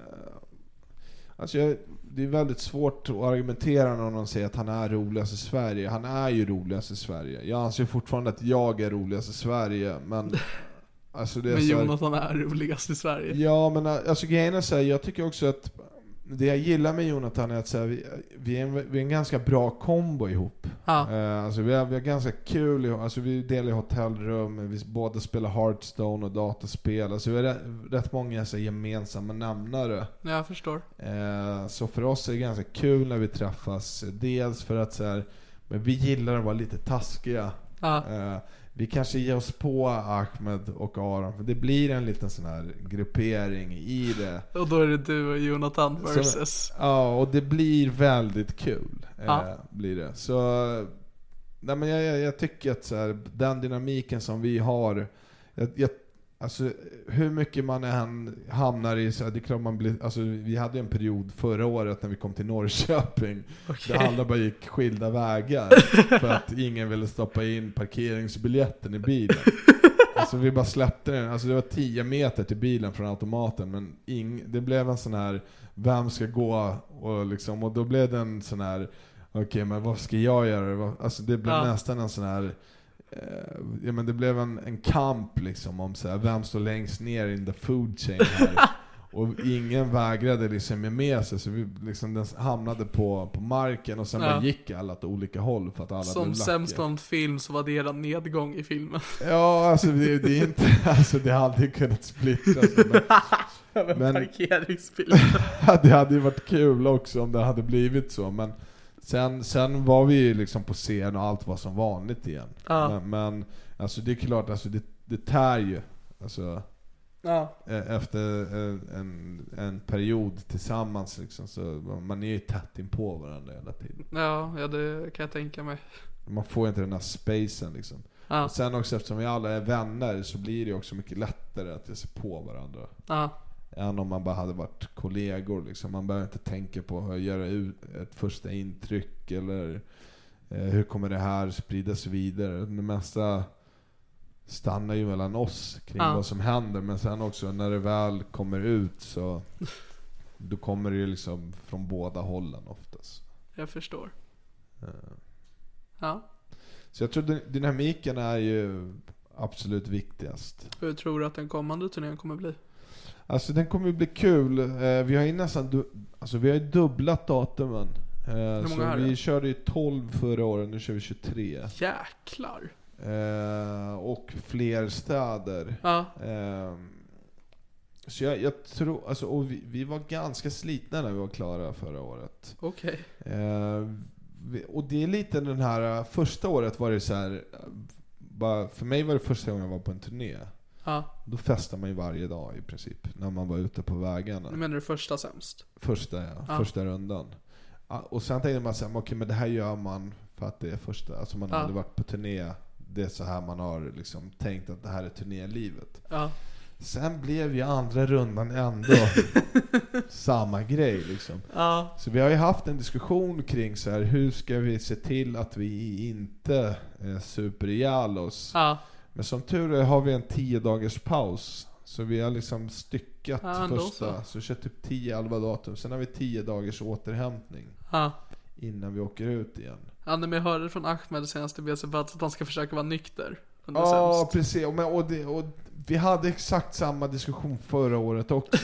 alltså jag, det är väldigt svårt att argumentera när någon säger att han är roligast i Sverige. Han är ju roligast i Sverige. Jag anser fortfarande att jag är roligast i Sverige, men... Alltså det är men så här, Jonathan är roligast i Sverige. Ja, men alltså grejen är så här, jag tycker också att... Det jag gillar med Jonathan är att så här, vi, vi, är en, vi är en ganska bra kombo ihop. Ja. Uh, alltså vi har, vi har ganska kul ihop. Alltså vi delar hotellrum, vi båda spelar Hearthstone och dataspel. Alltså vi har rätt, rätt många så här, gemensamma nämnare. Ja, jag förstår. Uh, så för oss är det ganska kul när vi träffas. Dels för att så här, men vi gillar att vara lite taskiga. Ja. Uh, vi kanske ger oss på Ahmed och Aron, för det blir en liten sån här gruppering i det. Och då är det du och Jonathan versus. Så, ja, och det blir väldigt kul. Ja. Eh, blir det. Så nej, men jag, jag, jag tycker att så här, den dynamiken som vi har, jag, jag, alltså hur mycket man än hamnar i så här, det är klart man blir, alltså vi hade en period förra året när vi kom till Norrköping. Okay. Där alla bara gick skilda vägar för att ingen ville stoppa in parkeringsbiljetten i bilen. Alltså vi bara släppte den. Alltså det var tio meter till bilen från automaten, men ing, det blev en sån här, vem ska gå, och liksom, och då blev det en sån här, okej, okay, men vad ska jag göra? Alltså det blev ja. nästan en sån här, eh, ja, men det blev en, en kamp liksom om så här, vem står längst ner in the food chain här. Och ingen vägrade liksom med, med sig, så vi liksom, den hamnade på, på marken, och sen ja. bara gick alla åt olika håll för att alla som sämst någon film så var det en nedgång i filmen. Ja, alltså det, det är inte, alltså det hade kunnat splittras. Men, men det hade ju varit kul också om det hade blivit så, men sen, sen var vi ju liksom på scen och allt var som vanligt igen. Ja. Men, men alltså det är klart, alltså det, det tär ju, alltså. Ja. Efter en, en period tillsammans liksom, så man är ju tätt in på varandra hela tiden. Ja, ja, det kan jag tänka mig. Man får inte den här spacen liksom. Ja. Och sen också, eftersom vi alla är vänner, så blir det också mycket lättare att ge sig på varandra. Ja. Än om man bara hade varit kollegor liksom. Man behöver inte tänka på att göra ut ett första intryck, eller eh, hur kommer det här spridas vidare. Det mesta stannar ju mellan oss kring ja. vad som händer, men sen också när det väl kommer ut, så då kommer det ju liksom från båda hållen oftast. Jag förstår. Ja. Ja. Så jag tror dynamiken är ju absolut viktigast. Hur tror du att den kommande turnén kommer bli? Alltså den kommer ju bli kul. Vi har ju nästan du- alltså vi har ju dubblat datumen. Hur många så vi körde ju tolv förra året, nu kör vi tjugotre. Jäklar. Eh, och fler städer. Ja. Eh, så jag, jag tror, alltså, och vi, vi var ganska slitna när vi var klara förra året. Okej. Okay. Eh, och det är lite den här, första året var det så här, bara, för mig var det första gången jag var på en turné. Ja. Då festar man ju varje dag i princip när man var ute på vägarna. Nu menar du första sämst? Första, ja. ja. Första rundan. Och sen tänkte man så här, okej, men det här gör man för att det är första, alltså man ja. hade varit på turné det är så här man har liksom tänkt att det här är turnélivet. Ja. Sen blev ju andra rundan ändå samma grej liksom. Ja. Så vi har ju haft en diskussion kring så här, hur ska vi se till att vi inte eh, super ihjäl oss. Ja. Men som tur är har vi en tio dagars paus. Så vi har liksom styckat ja, första. Så, så kör typ tio elva datum. Sen har vi tio dagars återhämtning. Ja. Innan vi åker ut igen. Ja, när jag hörde från Ahmed senaste B C att han ska försöka vara nykter. Ja, sämst. Precis. Och, och, det, och vi hade exakt samma diskussion förra året också.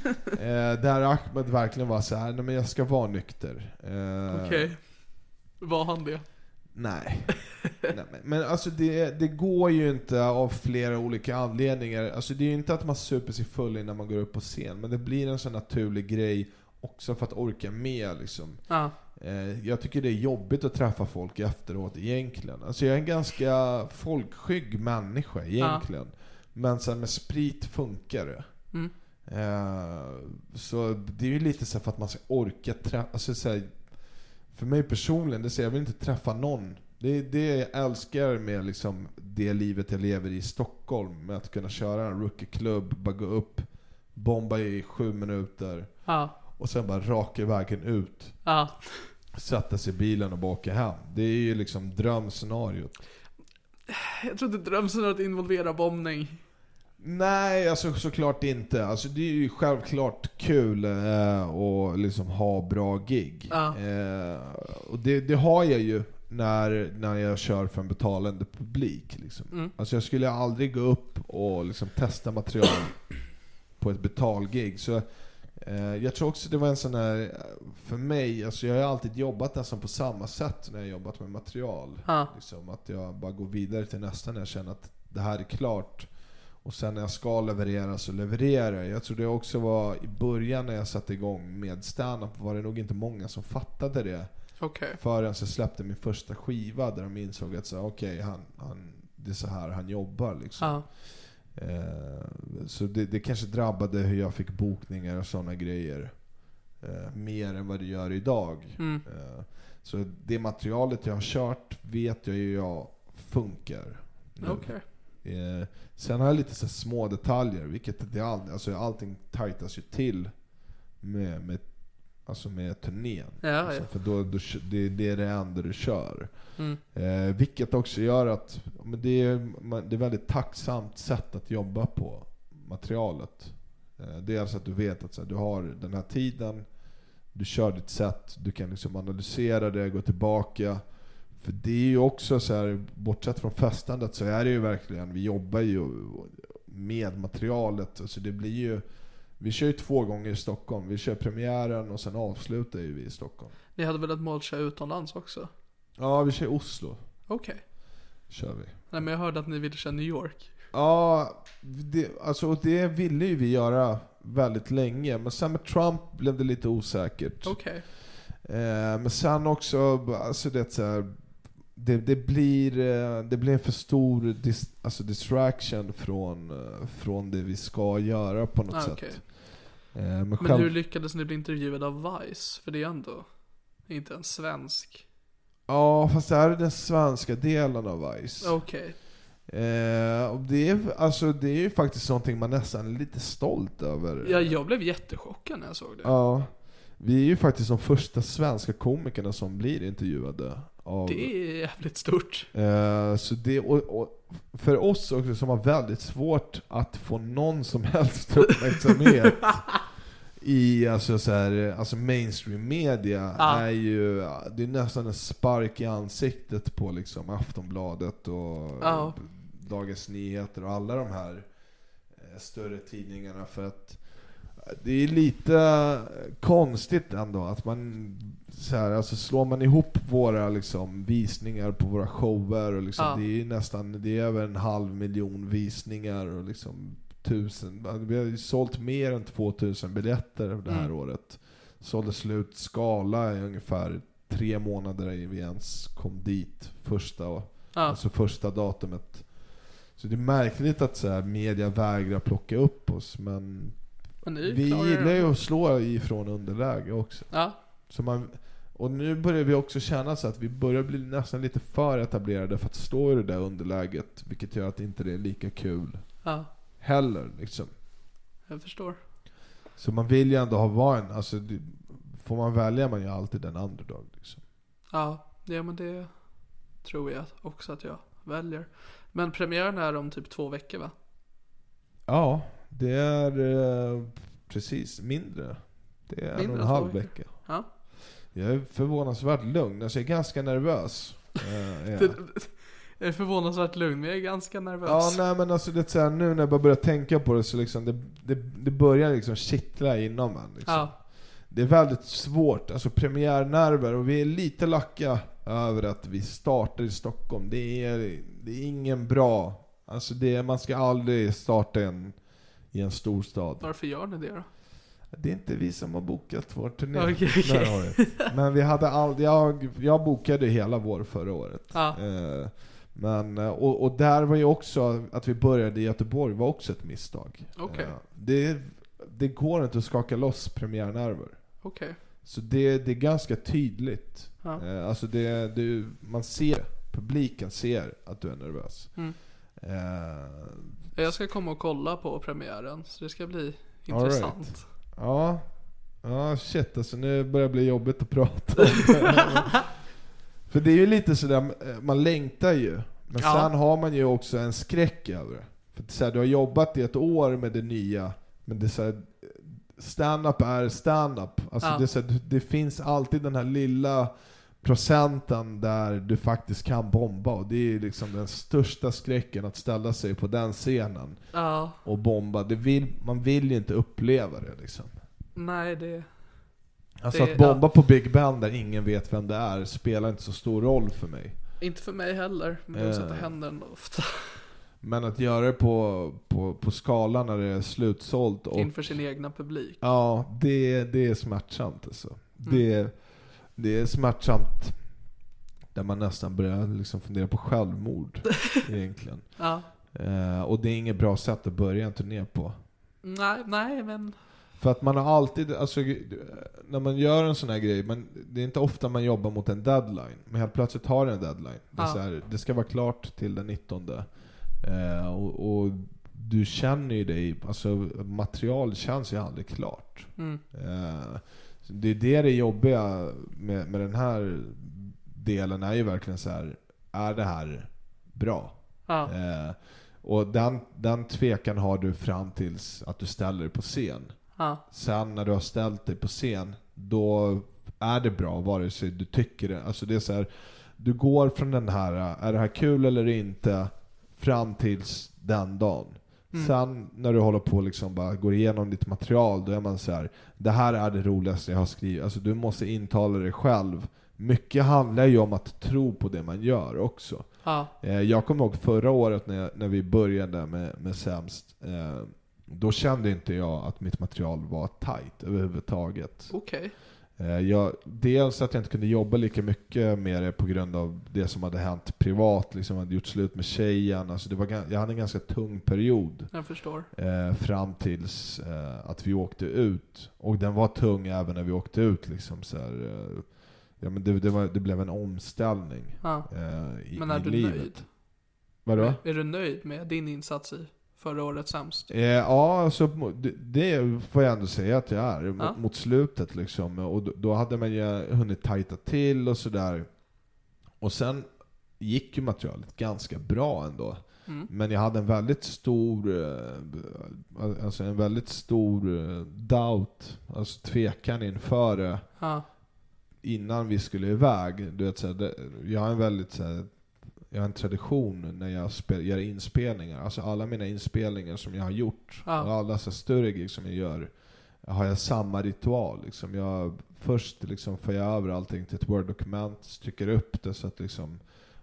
eh, där Ahmed verkligen var så här: nej men jag ska vara nykter. Eh, Okej. Okay. Var han det? Nej. Nej men, men alltså det, det går ju inte av flera olika anledningar. Alltså det är ju inte att man super sig full innan man går upp på scen, men det blir en sån naturlig grej också för att orka med liksom. Ja. eh, Jag tycker det är jobbigt att träffa folk efteråt egentligen. Alltså jag är en ganska folkskygg människa egentligen. Ja. Men sen med sprit funkar det. Mm. eh, Så det är ju lite så för att man ska orka träffa. Alltså så här, för mig personligen, det säger jag vill inte träffa någon. Det är det jag älskar med liksom det livet jag lever i Stockholm. Med att kunna köra en rookie-klubb, bara gå upp, bomba i sju minuter. Ja. Och sen bara raka vägen ut. Ja. Sätta sig i bilen och bara åka hem. Det är ju liksom drömscenariot. Jag tror inte drömscenariot involverar bombning. Nej, alltså såklart inte. Alltså det är ju självklart kul eh, att liksom ha bra gig. Ja. Eh, och det, det har jag ju när, när jag kör för en betalande publik liksom. Mm. Alltså jag skulle aldrig gå upp och liksom testa material på ett betalgig. Så eh, jag tror också det var en sån här, för mig, alltså jag har alltid jobbat nästan på samma sätt när jag jobbat med material. Ja. Liksom, att jag bara går vidare till nästa när jag känner att det här är klart. Och sen när jag ska leverera så levererar. Jag tror det också var i början när jag satte igång med stand-up var det nog inte många som fattade det. Okay. Förrän så släppte min första skiva där de insåg att så, okej, han, han, det är så här han jobbar liksom. Ja. Eh, så det, det kanske drabbade hur jag fick bokningar och sådana grejer. Eh, mer än vad det gör idag. Mm. Eh, så det materialet jag har kört vet jag ju jag funkar. Okej. Okay. Eh, sen har jag lite så små detaljer, vilket det är all, alltså allting tajtas ju till med, med, alltså med turnén. Ja, alltså, ja. För då, då, det, det är det enda du kör. Mm. Eh, vilket också gör att men det, är, det är väldigt tacksamt sätt att jobba på materialet. Eh, det är alltså att du vet att så här, du har den här tiden, du kör ditt sätt, du kan liksom analysera det, gå tillbaka. För det är ju också så här, bortsett från festandet så är det ju verkligen, vi jobbar ju med materialet. Alltså det blir ju, vi kör ju två gånger i Stockholm. Vi kör premiären och sen avslutar ju vi i Stockholm. Ni hade väl ett mål att köra utomlands också? Ja, vi kör i Oslo. Okej. Okay. Kör vi. Nej, men jag hörde att ni ville köra New York. Ja, det, alltså det ville ju vi göra väldigt länge. Men sen med Trump blev det lite osäkert. Okej. Okay. Eh, men sen också, alltså det så här, Det, det, blir, det blir en för stor dis, alltså distraction från, från det vi ska göra på något ah, sätt. Okay. Eh, men men själv... hur lyckades ni bli intervjuade av Vice? För det är ändå inte en svensk. Ja, fast det här är den svenska delen av Vice. Okej. Okay. Eh, och det, är, alltså, det är ju faktiskt någonting man nästan är lite stolt över. Ja, jag blev jättechockad när jag såg det. Ja, vi är ju faktiskt de första svenska komikerna som blir intervjuade. Av, det är jävligt stort. Eh, så det, och, och för oss också som har väldigt svårt att få någon som helst uppmärksamhet i alltså, så här, alltså mainstream media ah. är ju det är nästan en spark i ansiktet på liksom Aftonbladet och ah. Dagens Nyheter och alla de här eh, större tidningarna, för att det är lite konstigt ändå att man så här, alltså slår man ihop våra liksom visningar på våra shower och liksom, ja. det är nästan det är över en halv miljon visningar och liksom tusen, vi har ju sålt mer än tvåtusen biljetter det här mm. året. Sålde slut Skala i ungefär tre månader innan vi ens kom dit första, ja. alltså första datumet. Så det är märkligt att så här, media vägrar plocka upp oss, men vi gillar ju att slå ifrån underläge också. Ja. Så man, Och nu börjar vi också känna så att vi börjar bli nästan lite för etablerade för att stå i det där underläget, vilket gör att inte det är lika kul Ja. heller liksom. Jag förstår. Så man vill ju ändå ha varit, alltså det, får man välja man ju alltid den andra dag liksom. Ja, ja, men det tror jag också att jag väljer. Men premiären är om typ två veckor, va? Ja, det är eh, precis mindre. Det är Mindre en och än en två halv veckor. vecka. Ja. Jag är förvånansvärt lugn, alltså jag är ganska nervös. Eh, ja. Jag är förvånansvärt lugn, men jag är ganska nervös. Ja, nej men alltså det är så här, nu när jag bara börjar tänka på det så liksom det, det, det börjar liksom kittla inom en liksom. Ja. Det är väldigt svårt, alltså premiärnerver, och vi är lite lacka över att vi startar i Stockholm. Det är, det är ingen bra, alltså det, man ska aldrig starta en, i en stor stad. Varför gör ni det då? Det är inte vi som har bokat vår turné Okay, okay. det här året. Men vi hade all, jag, jag bokade hela vår förra året. Ja. Eh, men, och, och där var ju också att vi började i Göteborg var också ett misstag. Okay. Eh, det, det går inte att skaka loss premiärnerver. Okej. Okay. Så det, det är ganska tydligt. Ja. Eh, alltså det, det, man ser, publiken ser att du är nervös. Mm. Eh, Jag ska komma och kolla på premiären, så det ska bli intressant. Right. Ja, ja shit, alltså nu börjar det bli jobbigt att prata om det. För det är ju lite sådär, man längtar ju. Men ja. Sen har man ju också en skräck över det. För att säga, du har jobbat i ett år med det nya, men det är så här, stand-up är stand-up. Alltså ja. det, är så här, det finns alltid den här lilla procenten där du faktiskt kan bomba. Och det är liksom den största skräcken, att ställa sig på den scenen ja. och bomba. Det vill, man vill ju inte uppleva det liksom. Nej, det... Alltså det, att bomba ja. på Big Ben där ingen vet vem det är spelar inte så stor roll för mig. Inte för mig heller, men det är så att det Eh. händer ändå ofta. Men att göra det på, på, på skalan när det är slutsålt och, inför sin egna publik. ja, det, det är smärtsamt alltså. Mm. Det, det är smärtsamt där man nästan börjar liksom fundera på självmord egentligen. Ja. Eh, och det är inget bra sätt att börja en turné på. Nej, nej, men... För att man har alltid, alltså när man gör en sån här grej, men det är inte ofta man jobbar mot en deadline. Men helt plötsligt har det en deadline. Det, är ja. så här, det ska vara klart till den nittonde. Eh, och, och du känner ju dig, alltså material känns ju aldrig klart. Mm. Eh, det är det det jobbiga med, med den här delen är ju verkligen så här, är det här bra? Ja. Eh, och den, den tvekan har du fram tills att du ställer dig på scen. Ja. Sen när du har ställt dig på scen, då är det bra vare sig du tycker det. Alltså det är så här, du går från den här, är det här kul eller inte, fram tills den dagen. Mm. Sen när du håller på liksom bara går igenom ditt material, då är man så här, det här är det roligaste jag har skrivit. Alltså du måste intala dig själv. Mycket handlar ju om att tro på det man gör också. Ja. Jag kommer ihåg förra året när, när vi började med, med Sämst. Eh, då kände inte jag att mitt material var tight överhuvudtaget. Okej. Eh, jag, dels att jag inte kunde jobba lika mycket med det på grund av det som hade hänt privat. Liksom jag hade gjort slut med tjejen. Alltså det var, jag hade en ganska tung period. Jag förstår. Eh, fram tills eh, att vi åkte ut. Och den var tung även när vi åkte ut. Liksom, så här, eh, ja, men det, det, var, det blev en omställning Ja. eh, i, men är i du livet. nöjd? Vadå? Är du nöjd med din insats i förra årets Sämst? Eh, ja, alltså, det, det får jag ändå säga att jag är. Ja. Mot, mot slutet liksom. Och då, då hade man ju hunnit tajta till och sådär. Och sen gick ju materialet ganska bra ändå. Mm. Men jag hade en väldigt stor eh, alltså en väldigt stor eh, doubt, alltså tvekan inför det. Ja. Innan vi skulle iväg. Du vet, så här, det, jag har en väldigt så här, jag har en tradition när jag spel, gör inspelningar. Alltså alla mina inspelningar som jag har gjort, ja. Och alla så större gig som jag gör, har jag samma ritual. Liksom jag, först liksom får jag över allting till ett Word-dokument, trycker upp det så att liksom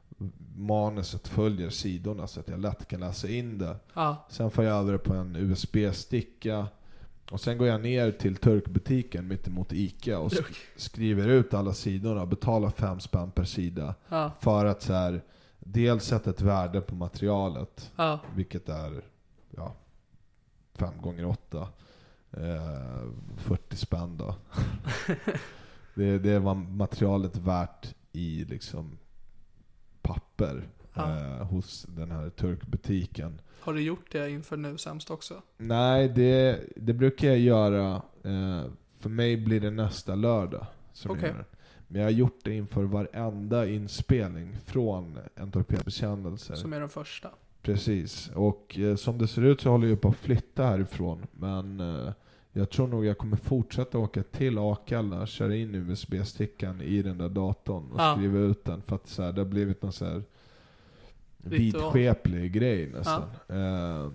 manuset följer sidorna så att jag lätt kan läsa in det. Ja. Sen får jag över det på en U S B-sticka. Och sen går jag ner till turkbutiken mitt emot Ica och sk- skriver ut alla sidorna och betalar fem spänn per sida. Ja. För att så här, dels sätta ett värde på materialet. Ja. Vilket är ja, fem gånger åtta. Eh, fyrtio spänn då. det, det var materialet värt i liksom papper ja. eh, hos den här turkbutiken. Har du gjort det inför Nu Sämst också? Nej, det, det brukar jag göra. Eh, för mig blir det nästa lördag som okay. jag gör. Men jag har gjort det inför varenda inspelning från En torpedbekännelse. Som är den första. Precis. Och eh, som det ser ut så håller jag på att flytta härifrån. Men eh, jag tror nog jag kommer fortsätta åka till Akalla, köra in U S B-stickan i den där datorn och ja. skriva ut den. För att så här, det har blivit någon så här vidskeplig grej nästan. Ja. Eh,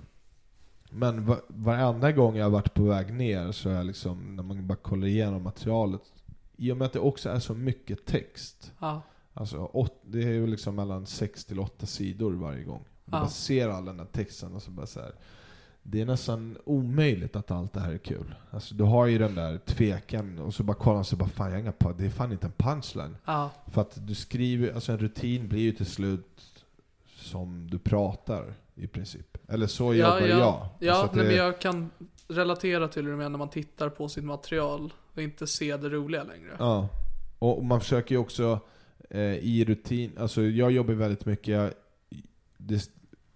men va- varenda gång jag har varit på väg ner så är jag liksom, när man bara kollar igenom materialet, i och med att det också är så mycket text. Ja. Alltså, åt, det är ju liksom mellan sex till åtta sidor varje gång. Du ja. bara ser all den här texten och så bara så här. Det är nästan omöjligt att allt det här är kul. Alltså du har ju den där tvekan och så bara kollar så bara fan jag hänger på. Det är fan inte en punchline. Ja. För att du skriver, alltså en rutin blir ju till slut som du pratar i princip. Eller så ja, jobbar ja. jag. Ja, alltså nej, det... men jag kan relatera till det när man tittar på sitt material och inte se det roliga längre. Ja. Och man försöker ju också eh, i rutin, alltså jag jobbar väldigt mycket jag, det,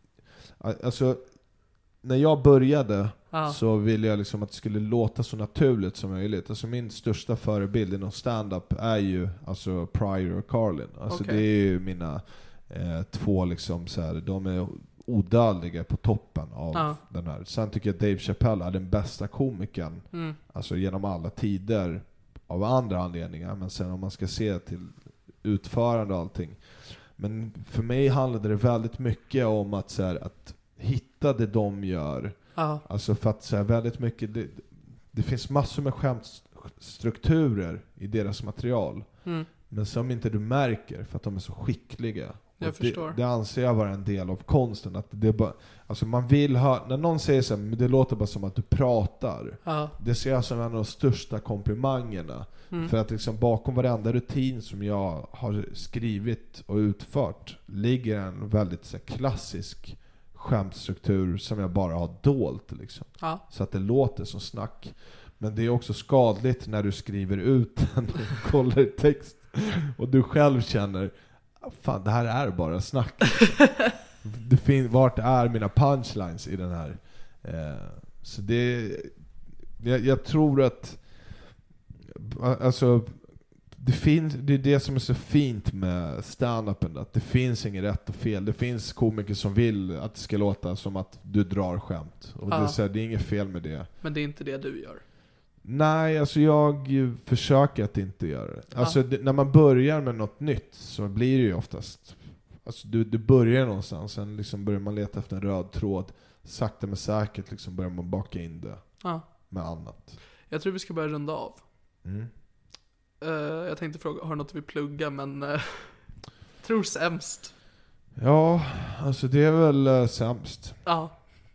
alltså när jag började ah. så ville jag liksom att det skulle låta så naturligt som möjligt. Alltså min största förebild inom stand-up är ju alltså Pryor och Carlin. Alltså okay. det är ju mina eh, två liksom så här, de är odödliga på toppen av ah. den här. Sen tycker jag Dave Chappelle är den bästa komikern mm. alltså genom alla tider av andra anledningar. Men sen om man ska se till utförande och allting. Men för mig handlade det väldigt mycket om att så här, att hitta det de gör. Ja. Alltså för att så här, väldigt mycket det, det finns massor med skämtstrukturer i deras material. Mm. Men som inte du märker för att de är så skickliga. Jag och förstår. Det, det anser jag vara en del av konsten. Att det bara, alltså man vill ha, när någon säger så här, men det låter bara som att du pratar. Ja. Det ser jag som en av de största komplimangerna. Mm. För att liksom bakom varenda rutin som jag har skrivit och utfört ligger en väldigt så här, klassisk skämtstruktur som jag bara har dolt liksom. Ja. Så att det låter som snack. Men det är också skadligt när du skriver ut en och kollar text och du själv känner fan, det här är bara snack. Det fin- vart är mina punchlines i den här? Eh, så det jag, jag tror att alltså det finns, det är det som är så fint med stand-upen, att det finns inget rätt och fel. Det finns komiker som vill att det ska låta som att du drar skämt. Och ja. det, är så här, det är inget fel med det. Men det är inte det du gör? Nej, alltså jag försöker att inte göra det. Ja. Alltså det, när man börjar med något nytt så blir det ju oftast, alltså du, du börjar någonstans, sen liksom börjar man leta efter en röd tråd. Sakta men säkert liksom börjar man baka in det ja. med annat. Jag tror vi ska börja runda av. Mm. Uh, jag tänkte fråga, har du något vi plugga, men uh, tror sämst. Ja, alltså det är väl uh, sämst. Ja.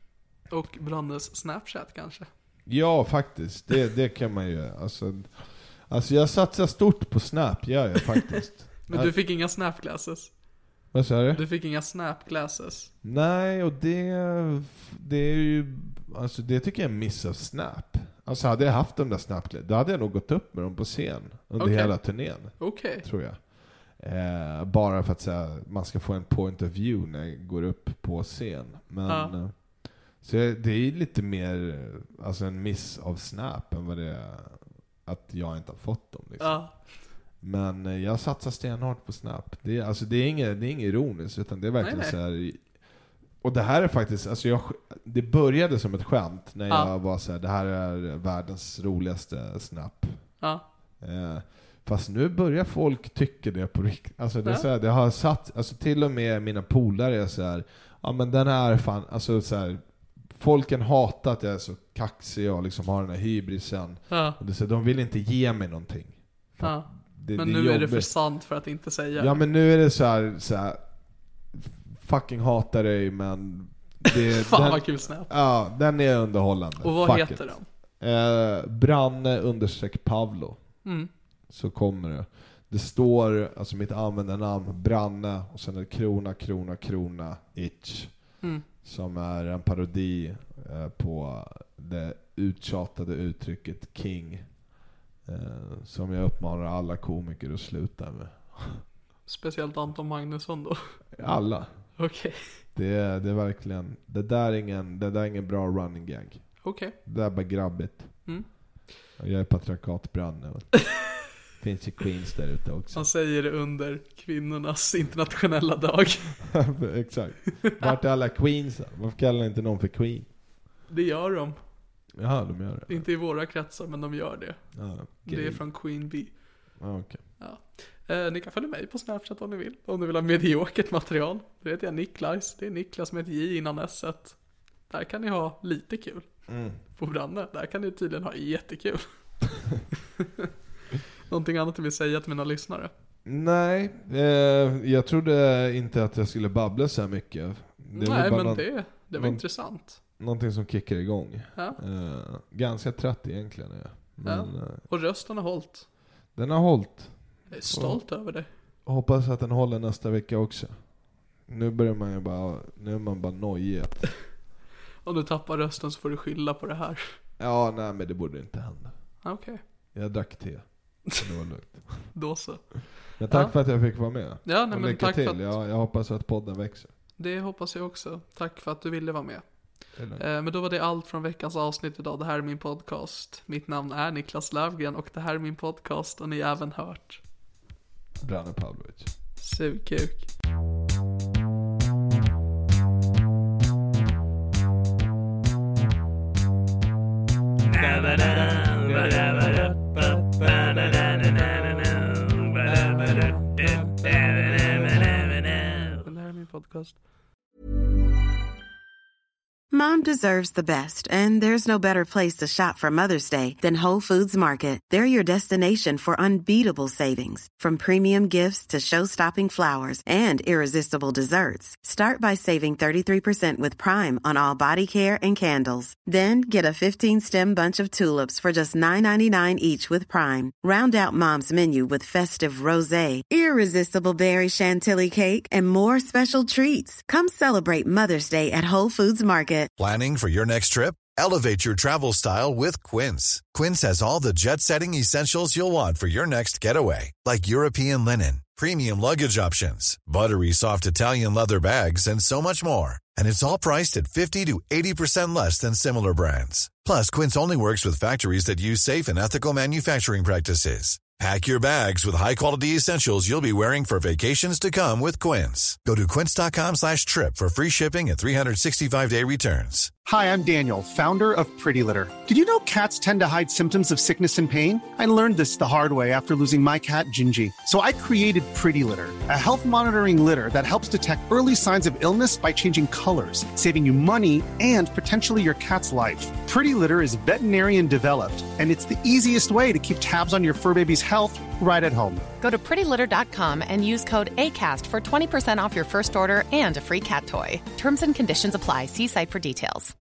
Och Brannes Snapchat kanske. Ja, faktiskt. Det, det kan man ju. Alltså, alltså jag satsar stort på Snap, gör jag faktiskt. Men du fick inga Snap glasses? Vad sa du? Du fick inga Snap glasses? Nej, och det, det är ju, alltså det tycker jag är en miss av Snap. Alltså hade jag haft de där Snap, då hade jag nog gått upp med dem på scen under okay. hela turnén. Okej. Okay. Tror jag. Eh, bara för att säga, man ska få en point of view när jag går upp på scen. Men ja. Så det är lite mer alltså en miss av Snap än vad det är att jag inte har fått dem liksom. Ja. Men jag satsar stenhårt på Snap. Det är, alltså det är inget, det är inget ironiskt, utan det är verkligen nej, nej. så här. Och det här är faktiskt, alltså jag, det började som ett skämt när jag ja. var så här, det här är världens roligaste Snap. Ja. Eh, fast nu börjar folk tycka det på riktigt. Alltså det är ja. så här, det har satt, alltså till och med mina polare är så här, ja men den här fan, alltså så här, folken hatar att jag är så kaxig och liksom har den här hybrisen. Ja. Och det, så de vill inte ge mig någonting. Ja. Det, men det nu är, är det för sant för att inte säga. Ja, men nu är det så här, så här fucking hatar dig, men det, fan den, vad kul Snap. Ja, den är underhållande. Och vad Fuck heter it. den? Eh, Branne understreck Pavlo. Mm. Så kommer det. Det står, alltså mitt användarnamn, Branne, och sen är det krona, krona, krona, itch. Mm. Som är en parodi eh, på det uttjatade uttrycket king. Eh, som jag uppmanar alla komiker att sluta med. Speciellt Anton Magnusson då? Alla. Okej. Okay. Det är, det är verkligen, det där är ingen, det där är ingen bra running gag. Okej. Okay. Det är bara grabbigt. Mm. Och jag är patriarkatbranne. Finns ju Queens där ute också. Han säger det under kvinnornas internationella dag. Exakt. Vart är alla Queens? Varför kallar inte någon för Queen? Det gör de. Jaha, de gör det. Inte i våra kretsar, men de gör det. Ah, okay. Det är från Queen Bee. Ah, okay. Ja. Eh, ni kan följa mig på Snapchat om ni vill. Om ni vill ha mediokert material. Det heter jag Niklas. Det är Niklas med ett J innan S-et. Där kan ni ha lite kul. Mm. På Branne. Där kan ni tydligen ha jättekul. Någonting annat du vill säga till mina lyssnare? Nej, eh, jag trodde inte att jag skulle babbla så här mycket. Det Nej, men någon, det, det var någon, intressant. Någonting som kickar igång. Ja. Eh, ganska trött egentligen. Ja. Men, ja. eh, Och rösten har hållit. Den har hållit. Jag är stolt och över det. Hoppas att den håller nästa vecka också. Nu börjar man ju bara, nu är man bara nojig. Om du tappar rösten så får du skylla på det här. Ja, nej, men det borde inte hända. Okej. Okay. Jag drack te. Det var lugnt. Då så. Men tack ja. för att jag fick vara med. Ja, nej, men lycka tack till. för att... jag, jag hoppas att podden växer. Det hoppas jag också. Tack för att du ville vara med. Eh, men då var det allt från veckans avsnitt idag. Det här är min podcast. Mitt namn är Niklas Löfgren och det här är min podcast och ni har även hört Branne Pavlovic. Sugkuk. Podcast. Mom deserves the best, and there's no better place to shop for Mother's Day than Whole Foods Market. They're your destination for unbeatable savings, from premium gifts to show-stopping flowers and irresistible desserts. Start by saving thirty-three percent with Prime on all body care and candles. Then get a fifteen-stem bunch of tulips for just nine ninety-nine each with Prime. Round out Mom's menu with festive rosé, irresistible berry chantilly cake, and more special treats. Come celebrate Mother's Day at Whole Foods Market. Planning for your next trip? Elevate your travel style with Quince. Quince has all the jet-setting essentials you'll want for your next getaway, like European linen, premium luggage options, buttery soft Italian leather bags, and so much more. And it's all priced at fifty to eighty percent less than similar brands. Plus, Quince only works with factories that use safe and ethical manufacturing practices. Pack your bags with high-quality essentials you'll be wearing for vacations to come with Quince. Go to quince.com slash trip for free shipping and three sixty-five day returns. Hi, I'm Daniel, founder of Pretty Litter. Did you know cats tend to hide symptoms of sickness and pain? I learned this the hard way after losing my cat, Gingy. So I created Pretty Litter, a health monitoring litter that helps detect early signs of illness by changing colors, saving you money and potentially your cat's life. Pretty Litter is veterinarian developed, and it's the easiest way to keep tabs on your fur baby's health right at home. Go to pretty litter dot com and use code ACAST for twenty percent off your first order and a free cat toy. Terms and conditions apply. See site for details.